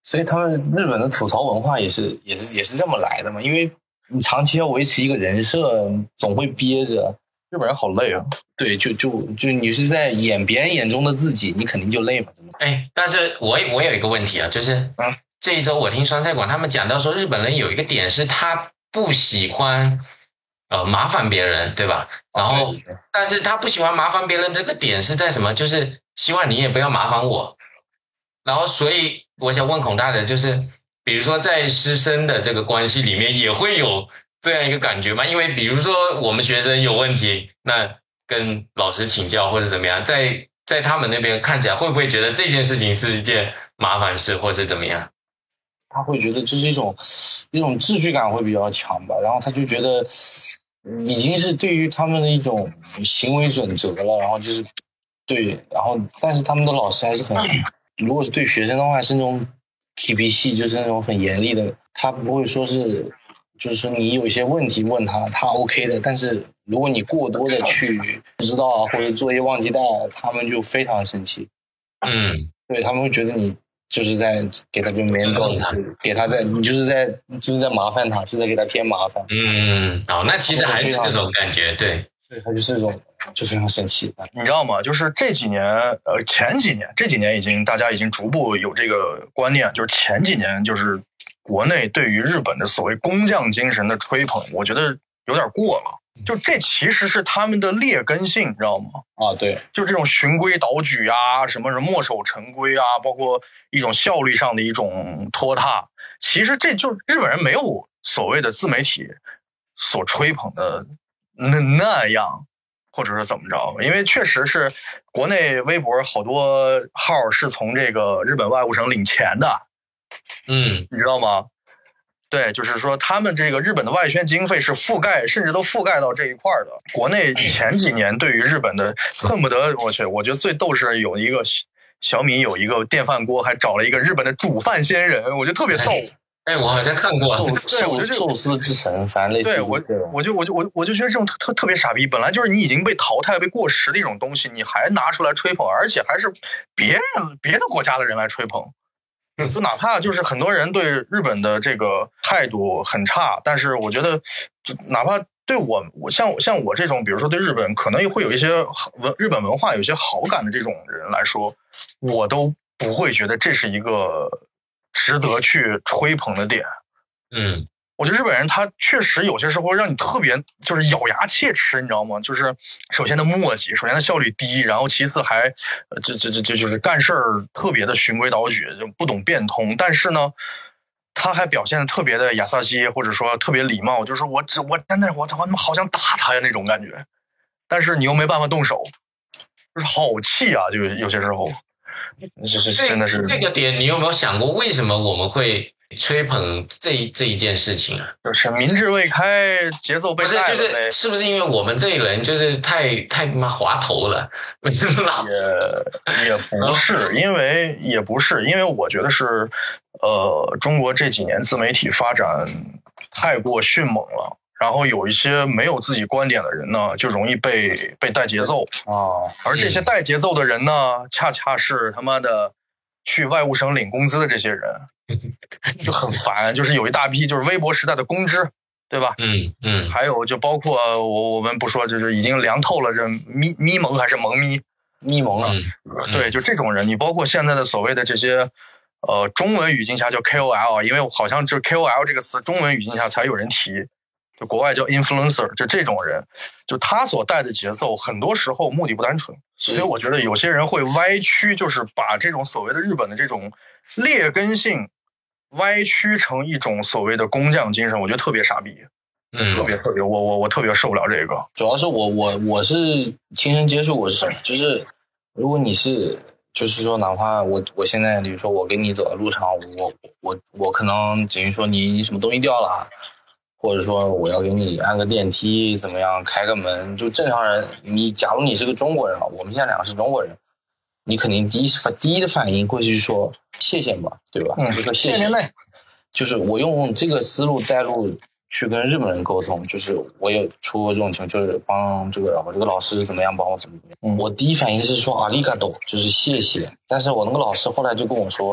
所以他们日本的吐槽文化也是也是也是这么来的嘛，因为你长期要维持一个人设，总会憋着。 日本人好累啊。 对，就就就你是在演别人眼中的自己，你肯定就累嘛。 哎，但是我我有一个问题啊，就是嗯， 这一周我听酸菜馆他们讲到说，日本人有一个点是他不喜欢呃麻烦别人，对吧？然后，但是他不喜欢麻烦别人这个点是在什么？就是希望你也不要麻烦我。然后，所以我想问孔大的就是，比如说在师生的这个关系里面，也会有这样一个感觉吗？因为比如说我们学生有问题，那跟老师请教或者怎么样，在在他们那边看起来，会不会觉得这件事情是一件麻烦事，或是怎么样？ 他会觉得这是一种一种秩序感会比较强吧，然后他就觉得已经是对于他们的一种行为准则了，然后就是对，然后但是他们的老师还是很，如果是对学生的话是那种皮皮系，就是那种很严厉的，他不会说是就是说你有一些问题问他，他 OK 的，但是如果你过多的去不知道或者作业忘记带，他们就非常生气。 嗯， 对，他们会觉得你就是在给他就没人告他，给他在你就是在就是在麻烦他，是在给他添麻烦。 嗯，好，那其实还是这种感觉，对， 对，他就是这种就非常生气。 你知道吗？就是这几年，呃，前几年，这几年已经大家已经逐步有这个观念，就是前几年就是国内对于日本的所谓工匠精神的吹捧，我觉得有点过了。就这其实是他们的劣根性，你知道吗？ 啊，对， 就这种循规蹈矩啊，什么什么墨守成规啊，包括一种效率上的一种拖沓。其实这就日本人没有所谓的自媒体所吹捧的那那样，或者是怎么着？因为确实是国内微博好多号是从这个日本外务省领钱的， 嗯， 你知道吗？对，就是说他们这个日本的外宣经费是覆盖，甚至都覆盖到这一块的。国内前几年对于日本的恨不得，我去，我觉得最逗是有一个小米有一个电饭锅，还找了一个日本的煮饭仙人，我觉得特别逗。 哎，我好像看过寿寿寿司之神，反正类似于对我，我就我就我我就觉得这种特特特别傻逼。本来就是你已经被淘汰、被过时的一种东西，你还拿出来吹捧，而且还是别人别的国家的人来吹捧。就哪怕就是很多人对日本的这个态度很差，但是我觉得，就哪怕对我我像像我这种，比如说对日本可能会有一些文日本文化有些好感的这种人来说，我都不会觉得这是一个值得去吹捧的点。 嗯， 我觉得日本人他确实有些时候让你特别就是咬牙切齿，你知道吗？就是首先的磨叽，首先的效率低，然后其次还呃这这这这就是干事儿特别的循规蹈矩，就不懂变通。但是呢，他还表现的特别的雅萨西，或者说特别礼貌，就是我只我真的我他妈好想打他呀那种感觉，但是你又没办法动手，就是好气啊！就有些时候，就是真的是这个点，你有没有想过为什么我们会吹捧这一这一件事情啊？ 就是民智未开，节奏被不是，就是是不是因为我们这一人就是太太妈滑头了？ 也也不是，因为也不是，因为我觉得是，呃，中国这几年自媒体发展太过迅猛了，然后有一些没有自己观点的人呢，就容易被被带节奏啊， 而这些带节奏的人呢，恰恰是他妈的去外务省领工资的这些人。就很烦，就是有一大批就是微博时代的公知，对吧？ 嗯嗯， 还有就包括我我们不说，就是已经凉透了这咪咪蒙还是蒙咪咪蒙了， 嗯嗯、 对，就这种人，你包括现在的所谓的这些呃中文语境下叫 K O L， 因为好像这 K O L 这个词中文语境下才有人提，就国外叫 influencer， 就这种人，就他所带的节奏，很多时候目的不单纯，所以我觉得有些人会歪曲，就是把这种所谓的日本的这种劣根性。歪曲成一种所谓的工匠精神，我觉得特别傻逼， 嗯， 特别特别，我我我特别受不了这个。 主要是我我我是亲身接触过是什么？就是如果你是，就是说，哪怕我我现在，比如说我跟你走的路上，我我我可能等于说你你什么东西掉了，或者说我要给你按个电梯，怎么样，开个门，就正常人，你假如你是个中国人了，我们现在两个是中国人。你肯定第一第一的反应会去说谢谢嘛，对吧？ 嗯， 就说谢谢。就是我用这个思路带路去跟日本人沟通，就是我有出过这种情况，就是帮这个我这个老师怎么样帮我怎么怎么样。嗯、我第一反应是说阿里嘎多，就是谢谢。但是我那个老师后来就跟我说，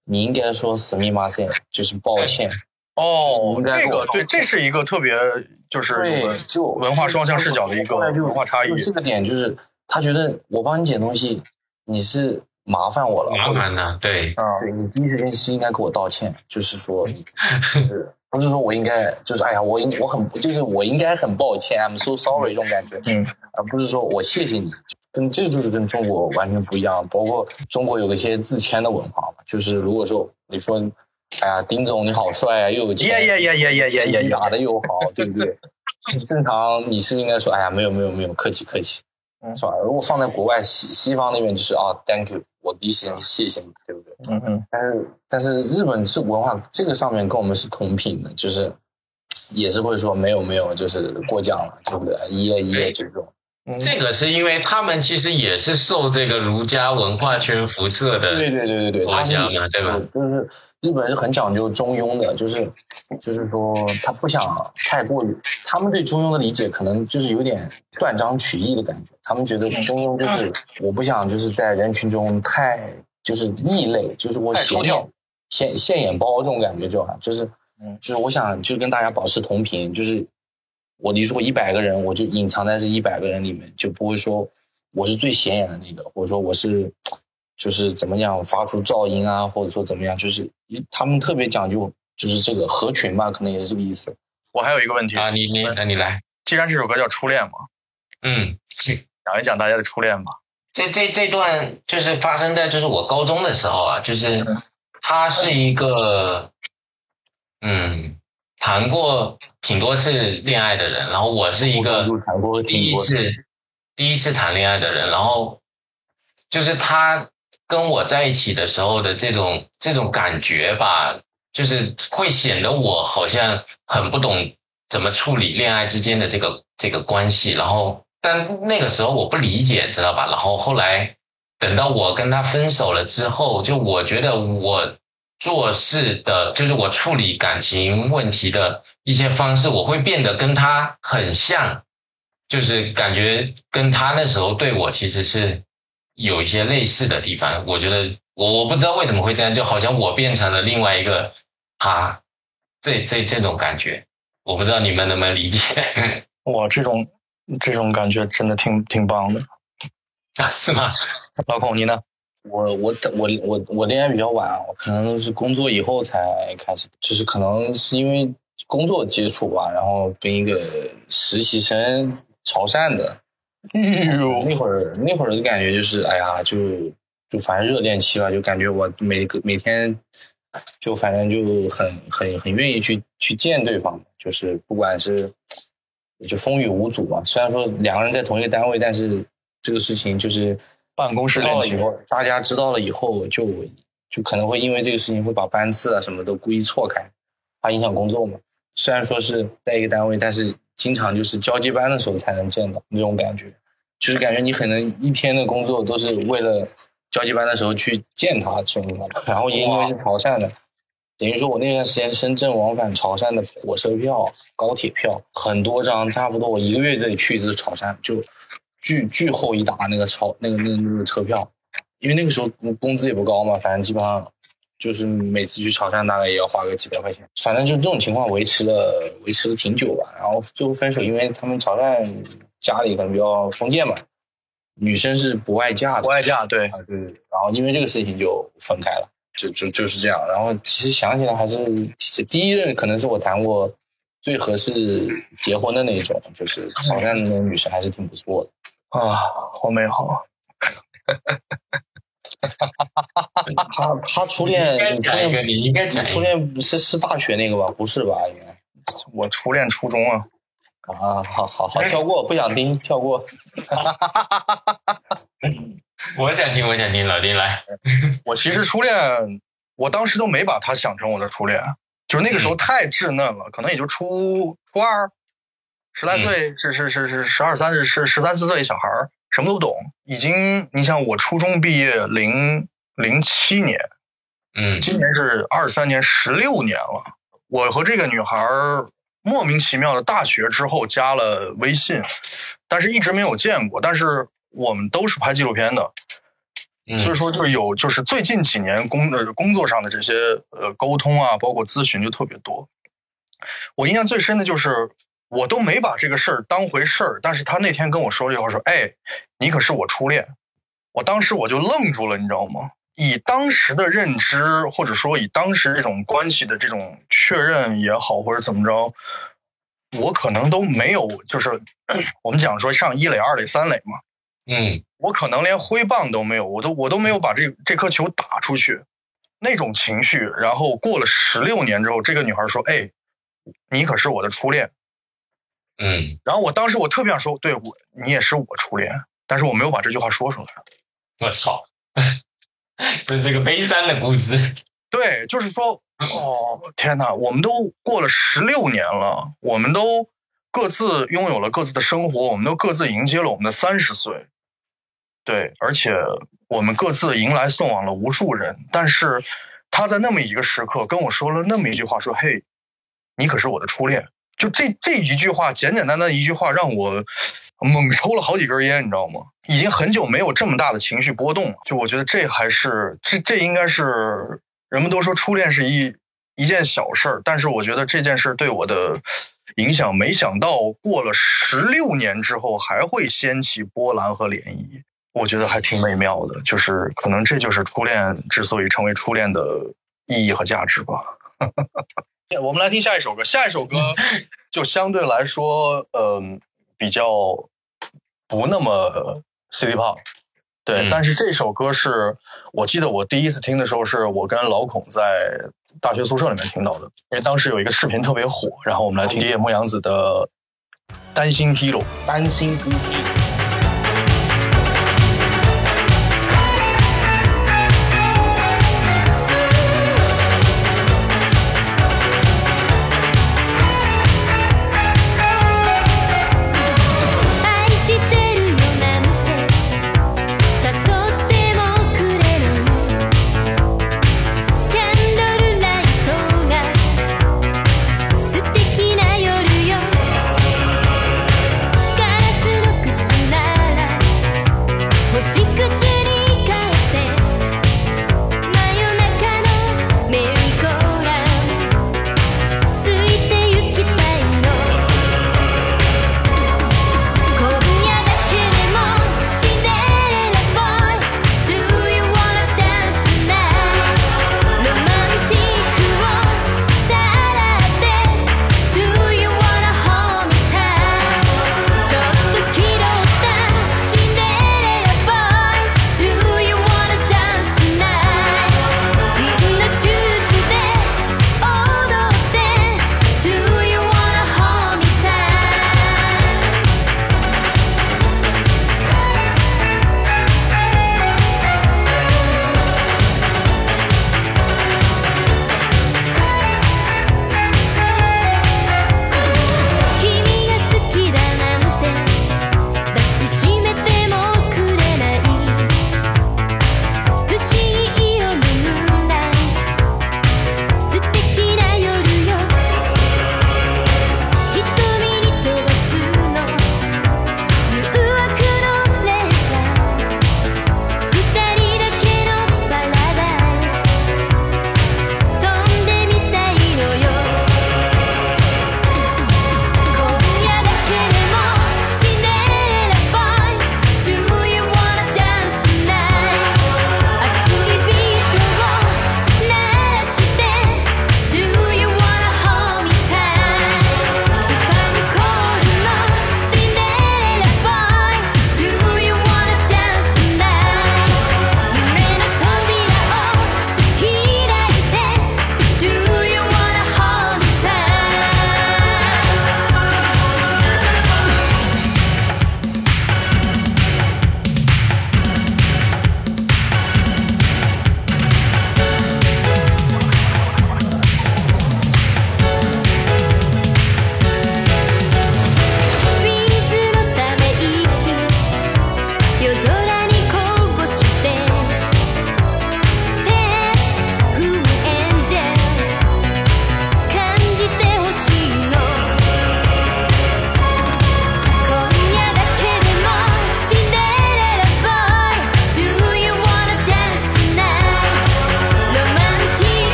你应该说死密马塞，就是抱歉。 哦，这个对，这是一个特别就是对，就文化双向视角的一个文化差异。 这个点就是他觉得我帮你捡东西，你是麻烦我了， 麻烦了，对， 对你第一时间是应该给我道歉，就是说，就是不是说我应该，就是哎呀，我应我很就是我应该很抱歉 ，I'm so sorry 这种感觉， 嗯， 而不是说我谢谢你，跟这就是跟中国完全不一样。包括中国有一些自谦的文化嘛，就是如果说你说，哎呀，丁总你好帅啊，又有钱， 耶耶耶耶耶耶耶， 打的又好，对不对？正常你是应该说，哎呀，没有没有没有，客气客气，是吧？如果放在国外西西方那边就是啊 ，thank you。我第一时间谢谢你，对不对？ 嗯嗯。 但是但是日本是文化这个上面跟我们是同频的，就是也是会说没有没有，就是过奖了，对不对？一夜一夜这种。 这个是因为他们其实也是受这个儒家文化圈辐射的， 对对对对对， 国家嘛，对吧？ 就是日本是很讲究中庸的，就是就是说他不想太过于，他们对中庸的理解可能就是有点断章取义的感觉。他们觉得中庸就是我不想就是在人群中太就是异类，就是我显眼现现眼包这种感觉就好，就是就是我想就跟大家保持同频，就是我你说一百个人，我就隐藏在这一百个人里面，就不会说我是最显眼的那个，或者说我是就是怎么样发出噪音啊，或者说怎么样，就是他们特别讲究就是这个合群吧，可能也是这个意思。 我还有一个问题啊，你你那你来， 既然这首歌叫初恋嘛， 嗯， 讲一讲大家的初恋吧。 这这这段就是发生在就是我高中的时候啊，就是他是一个嗯谈过挺多次恋爱的人，然后我是一个第一次第一次谈恋爱的人，然后就是他跟我在一起的时候的这种这种感觉吧，就是会显得我好像很不懂怎么处理恋爱之间的这个这个关系，然后但那个时候我不理解，知道吧？然后后来等到我跟他分手了之后，就我觉得我做事的，就是我处理感情问题的一些方式，我会变得跟他很像，就是感觉跟他那时候对我其实是有一些类似的地方。我觉得我我不知道为什么会这样，就好像我变成了另外一个他，这这这种感觉，我不知道你们能不能理解。 哇，这种这种感觉真的挺挺棒的啊，是吗？ 老孔你呢？ 我我我我我恋爱比较晚，我可能是工作以后才开始，就是可能是因为工作接触吧，然后跟一个实习生潮汕的， 哎呦， 那会儿那会儿的感觉就是，哎呀，就就反正热恋期吧，就感觉我每个每天就反正就很很很愿意去去见对方，就是不管是就风雨无阻嘛。虽然说两个人在同一个单位，但是这个事情就是办公室恋情， 大家知道了以后就就可能会因为这个事情会把班次啊什么都故意错开，怕影响工作嘛。虽然说是在一个单位，但是经常就是交接班的时候才能见到，那种感觉就是感觉你可能一天的工作都是为了交接班的时候去见他这种，然后也因为是潮汕的，等于说我那段时间深圳往返潮汕的火车票、高铁票很多张，差不多我一个月得去一次潮汕，就巨巨厚一沓那个潮那个那个那个车票，因为那个时候工资也不高嘛，反正基本上就是每次去潮汕大概也要花个几百块钱，反正就这种情况维持了维持了挺久吧。然后最后分手，因为他们潮汕家里可能比较封建嘛，女生是不外嫁的， 不外嫁，对啊对。然后因为这个事情就分开了，就就就是这样。然后其实想起来还是第一任可能是我谈过最合适结婚的那种，就是潮汕的那种女生还是挺不错的啊，好美好。 他他初恋， 你讲一个，你应该讲一个。 初恋是是大学那个吧？不是吧？应该。 我初恋初中啊。 啊，好好好，跳过，不想听，跳过。 我想听，我想听，老丁来。 我其实初恋，我当时都没把他想成我的初恋，就是那个时候太稚嫩了，嗯、可能也就初初二，十来岁，嗯、是是是是十二三是是十三四岁小孩儿。什么都不懂，已经你想我初中毕业零零七年， 嗯， 今年是二三年，十六年了。我和这个女孩莫名其妙的大学之后加了微信，但是一直没有见过。但是我们都是拍纪录片的， 嗯， 所以说就有就是最近几年工呃工作上的这些呃沟通啊，包括咨询就特别多。我印象最深的就是我都没把这个事儿当回事儿，但是他那天跟我说这句话说，哎，你可是我初恋。我当时我就愣住了，你知道吗？以当时的认知，或者说以当时这种关系的这种确认也好，或者怎么着，我可能都没有，就是我们讲说上一垒、二垒、三垒嘛， 嗯， 我可能连挥棒都没有，我都我都没有把这这颗球打出去，那种情绪。然后过了十六年之后，这个女孩说：“哎，你可是我的初恋。” 嗯， 然后我当时我特别想说，对我你也是我初恋，但是我没有把这句话说出来。 我操，这是个悲伤的故事。 对，就是说，哦，天哪，我们都过了十六年了，我们都各自拥有了各自的生活，我们都各自迎接了我们的三十岁。对，而且我们各自迎来送往了无数人，但是他在那么一个时刻跟我说了那么一句话，说：“嘿，你可是我的初恋。”就这这一句话，简简单单一句话，让我猛抽了好几根烟，你知道吗？已经很久没有这么大的情绪波动了。就我觉得这还是这这应该是人们都说初恋是一一件小事儿，但是我觉得这件事对我的影响，没想到过了十六年之后还会掀起波澜和涟漪，我觉得还挺美妙的。就是可能这就是初恋之所以成为初恋的意义和价值吧。我们来听下一首歌，下一首歌就相对来说，嗯、呃，比较不那么 City Pop， 对、嗯，但是这首歌是我记得我第一次听的时候，是我跟老孔在大学宿舍里面听到的，因为当时有一个视频特别火，然后我们来听野木洋子的《担心 Hero》， 担心 Hero。 素敵な夜よガラスの靴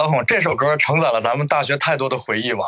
老孔，这首歌承载了咱们大学太多的回忆吧？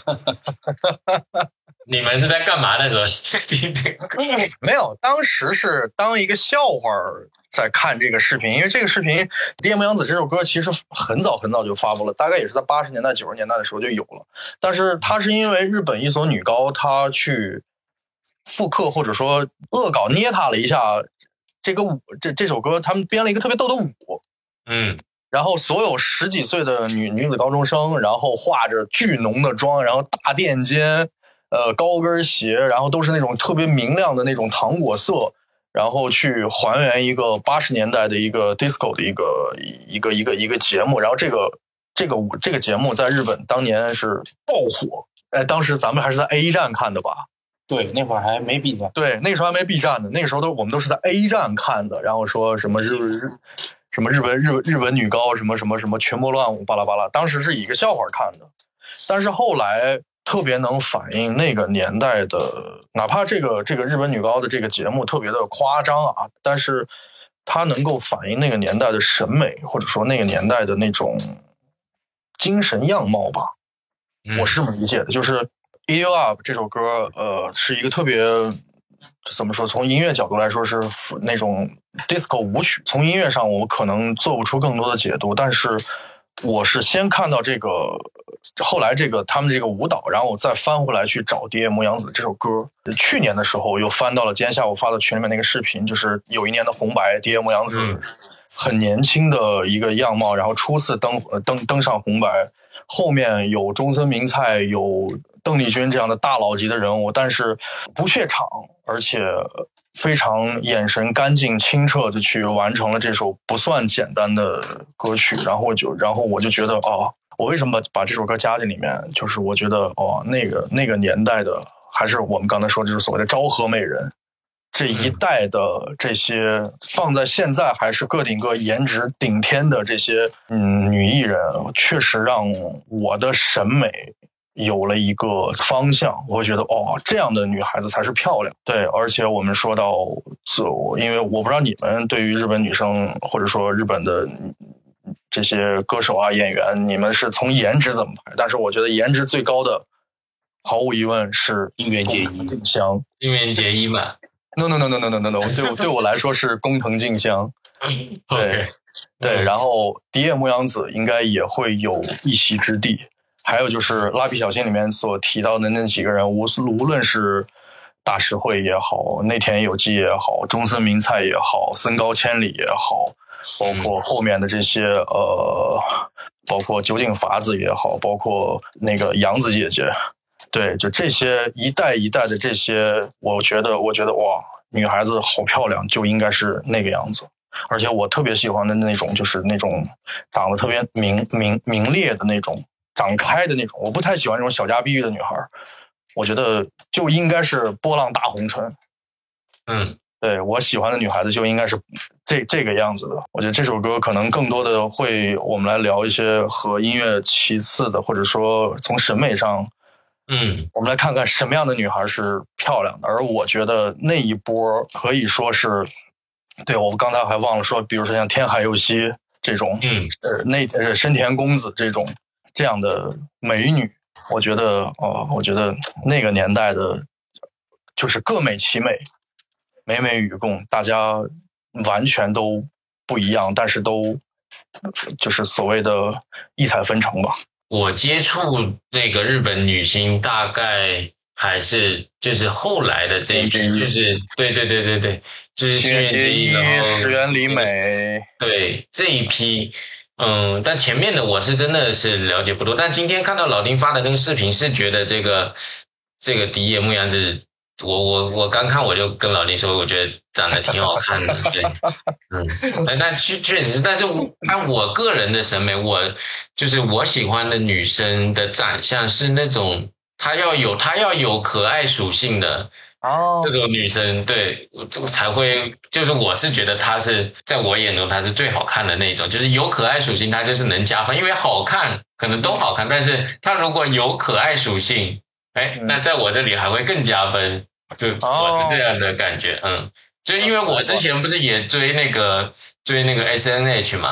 你们是在干嘛的时候听这个？ 没有，当时是当一个笑话在看这个视频，因为这个视频《D M 洋子》这首歌其实很早很早就发布了，大概也是在八十年代、九十年代的时候就有了。但是它是因为日本一所女高，她去复刻或者说恶搞捏他了一下这个舞，这这首歌，他们编了一个特别逗的舞， 嗯。 然后所有十几岁的女女子高中生，然后化着巨浓的妆，然后大垫肩，呃，高跟鞋，然后都是那种特别明亮的那种糖果色，然后去还原一个八十年代的一个 disco 的一个一个一个一个节目。然后这个这个舞这个节目在日本当年是爆火，哎，当时咱们还是在 A 站看的吧？ 对，那会儿还没 B 站。 对，那个时候还没 B 站呢，那个时候都我们都是在 A 站看的，然后说什么日日。什么日本日本日本女高什么什么什么群魔乱舞巴拉巴拉，当时是以一个笑话看的，但是后来特别能反映那个年代的，哪怕这个这个日本女高的这个节目特别的夸张啊，但是它能够反映那个年代的审美，或者说那个年代的那种精神样貌吧，我是这么理解的。就是 Eat You Up 这首歌，呃，是一个特别。怎么说？从音乐角度来说是那种 disco 舞曲，从音乐上我们可能做不出更多的解读，但是我是先看到这个，后来这个他们这个舞蹈，然后我再翻回来去找 D M 洋子这首歌。去年的时候又翻到了今天下午发到群里面那个视频，就是有一年的红白 D M 洋子很年轻的一个样貌，然后初次登登登上红白，后面有中森明菜，有邓丽君这样的大佬级的人物，但是不怯场，而且非常眼神干净清澈的去完成了这首不算简单的歌曲。然后我就然后我就觉得哦，我为什么把这首歌加进里面，就是我觉得哦，那个那个年代的，还是我们刚才说就是所谓的昭和美人这一代的这些放在现在还是个顶个颜值顶天的这些嗯女艺人，确实让我的审美有了一个方向，我会觉得哦，这样的女孩子才是漂亮。对，而且我们说到自我，因为我不知道你们对于日本女生或者说日本的这些歌手啊演员，你们是从颜值怎么排？但是我觉得颜值最高的，毫无疑问是樱原结衣。 静香， 樱原结衣嘛 ？No no no no no no no no， 对我对我来说是工藤静香。对、 okay. 对，然后荻野牧洋子应该也会有一席之地。还有就是蜡笔小新里面所提到的那几个人，无无论是大石惠也好，内田有纪也好，中森明菜也好，森高千里也好，包括后面的这些呃，包括酒井法子也好，包括那个杨子姐姐，对，就这些一代一代的这些，我觉得我觉得哇，女孩子好漂亮，就应该是那个样子。而且我特别喜欢的那种，就是那种长得特别明明明烈的那种。长开的那种，我不太喜欢这种小家碧玉的女孩，我觉得就应该是波浪大红唇。 嗯， 对，我喜欢的女孩子就应该是这这个样子的。我觉得这首歌可能更多的会我们来聊一些和音乐其次的，或者说从审美上， 嗯， 我们来看看什么样的女孩是漂亮的。而我觉得那一波可以说是，对，我刚才还忘了说，比如说像天海佑希这种， 嗯， 呃，那呃深田恭子这种。这样的美女，我觉得哦，我觉得那个年代的，就是各美其美，美美与共，大家完全都不一样，但是都就是所谓的异彩纷呈吧。 我接触那个日本女星，大概还是就是后来的这一批，就是对对对对对，就是新垣结衣，然后石原里美， 对这一批。嗯，但前面的我是真的是了解不多，但今天看到老丁发的那个视频，是觉得这个这个荻野牧洋子，我我我刚看我就跟老丁说，我觉得长得挺好看的，对，嗯，但但确确实，但是按我个人的审美，我就是我喜欢的女生的长相是那种她要有她要有可爱属性的。 哦， 这种女生对这个才会，就是我是觉得她是在我眼中她是最好看的那种，就是有可爱属性，她就是能加分，因为好看可能都好看，但是她如果有可爱属性，哎，那在我这里还会更加分，就我是这样的感觉，嗯，就因为我之前不是也追那个追那个 S N H 嘛，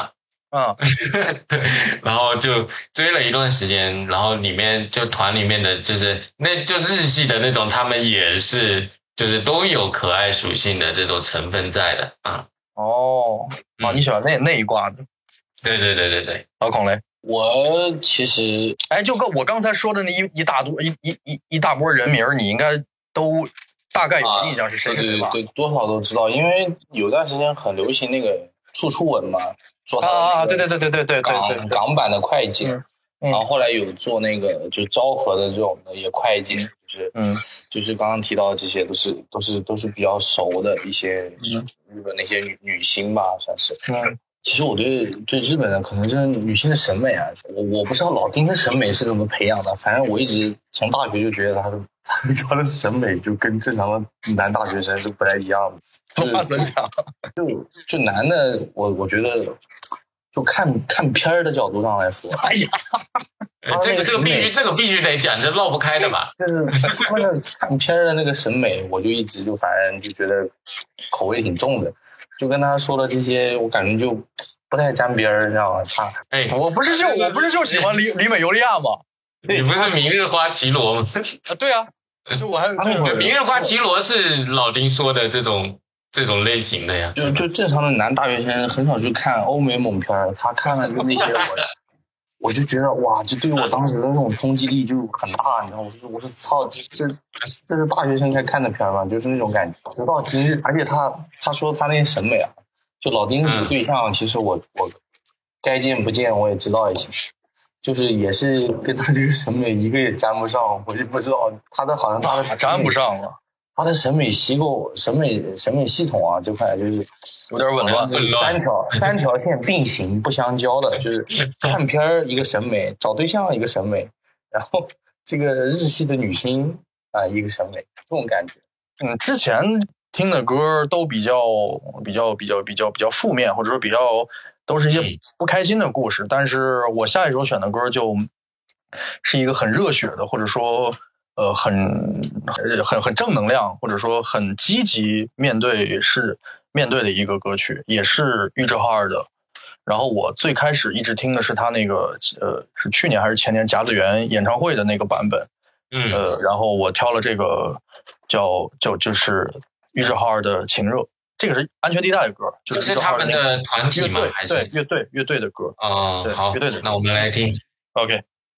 啊， 然后就追了一段时间，然后里面就团里面的就是那就日系的那种，他们也是就是都有可爱属性的这种成分在的啊。 哦，啊，你喜欢那那一挂的？ 对对对对对， 老孔嘞？ 我其实哎，就跟我刚才说的那一一大多一一一一大波人名，你应该都大概有印象是谁是谁吧？ 对对，多少都知道，因为有段时间很流行那个处处吻嘛，做他的啊，对对对对对对对港对港版的快捷， 嗯然后后来有做那个就昭和的这种的也快捷，就是嗯就是刚刚提到的这些都是都是都是比较熟的一些日本那些女女星吧，算是。 嗯。 其实我对对日本的可能是女性的审美啊，我我不知道老丁的审美是怎么培养的，反正我一直从大学就觉得他的他的审美就跟正常的男大学生是不太一样的。 那怎讲？ 就就男的，我我觉得就看看片儿的角度上来说， 哎呀， 呃这个这个必须这个必须得讲，这绕不开的吧？ 就是他们的看片儿的那个审美，我就一直就反正就觉得口味挺重的。就跟他说的这些，我感觉就不太沾边儿，你知道吗？他， 哎， 我不是就我不是就喜欢里里美尤利亚吗？ 你不是明日花绮罗吗？ 啊，对啊，就我还有明日花绮罗是老丁说的这种这种类型的呀。 就就正常的男大学生很少去看欧美猛片儿，他看了就那些我。我就觉得哇，就对我当时的那种冲击力就很大，你知道吗？我说我是操，这这是大学生该看的片吗？就是那种感觉。直到今日，而且他他说他那些审美啊，就老丁这个对象，其实我我该见不见我也知道一些，就是也是跟他这个审美一个也沾不上，我就不知道他的好像他的沾不上了。 他的审美机构、审美审美系统啊，这块就是有点紊乱， 三条三条线并行不相交的，就是看片儿一个审美，找对象一个审美，然后这个日系的女星啊、呃、一个审美，这种感觉。 嗯，之前听的歌都比较比较比较比较比较负面，或者说比较都是一些不开心的故事。但是我下一首选的歌就是一个很热血的，或者说。呃，很很很正能量，或者说很积极面对是面对的一个歌曲，也是玉置浩二的。然后我最开始一直听的是他那个呃，是去年还是前年甲子园演唱会的那个版本， 嗯， 呃，然后我挑了这个叫叫就是玉置浩二的《情热》，这个是安全地带的歌，就是是他们的团体吗？还是对乐队乐队的歌？ 哦，好， 乐队的歌。 那我们来听。 OK。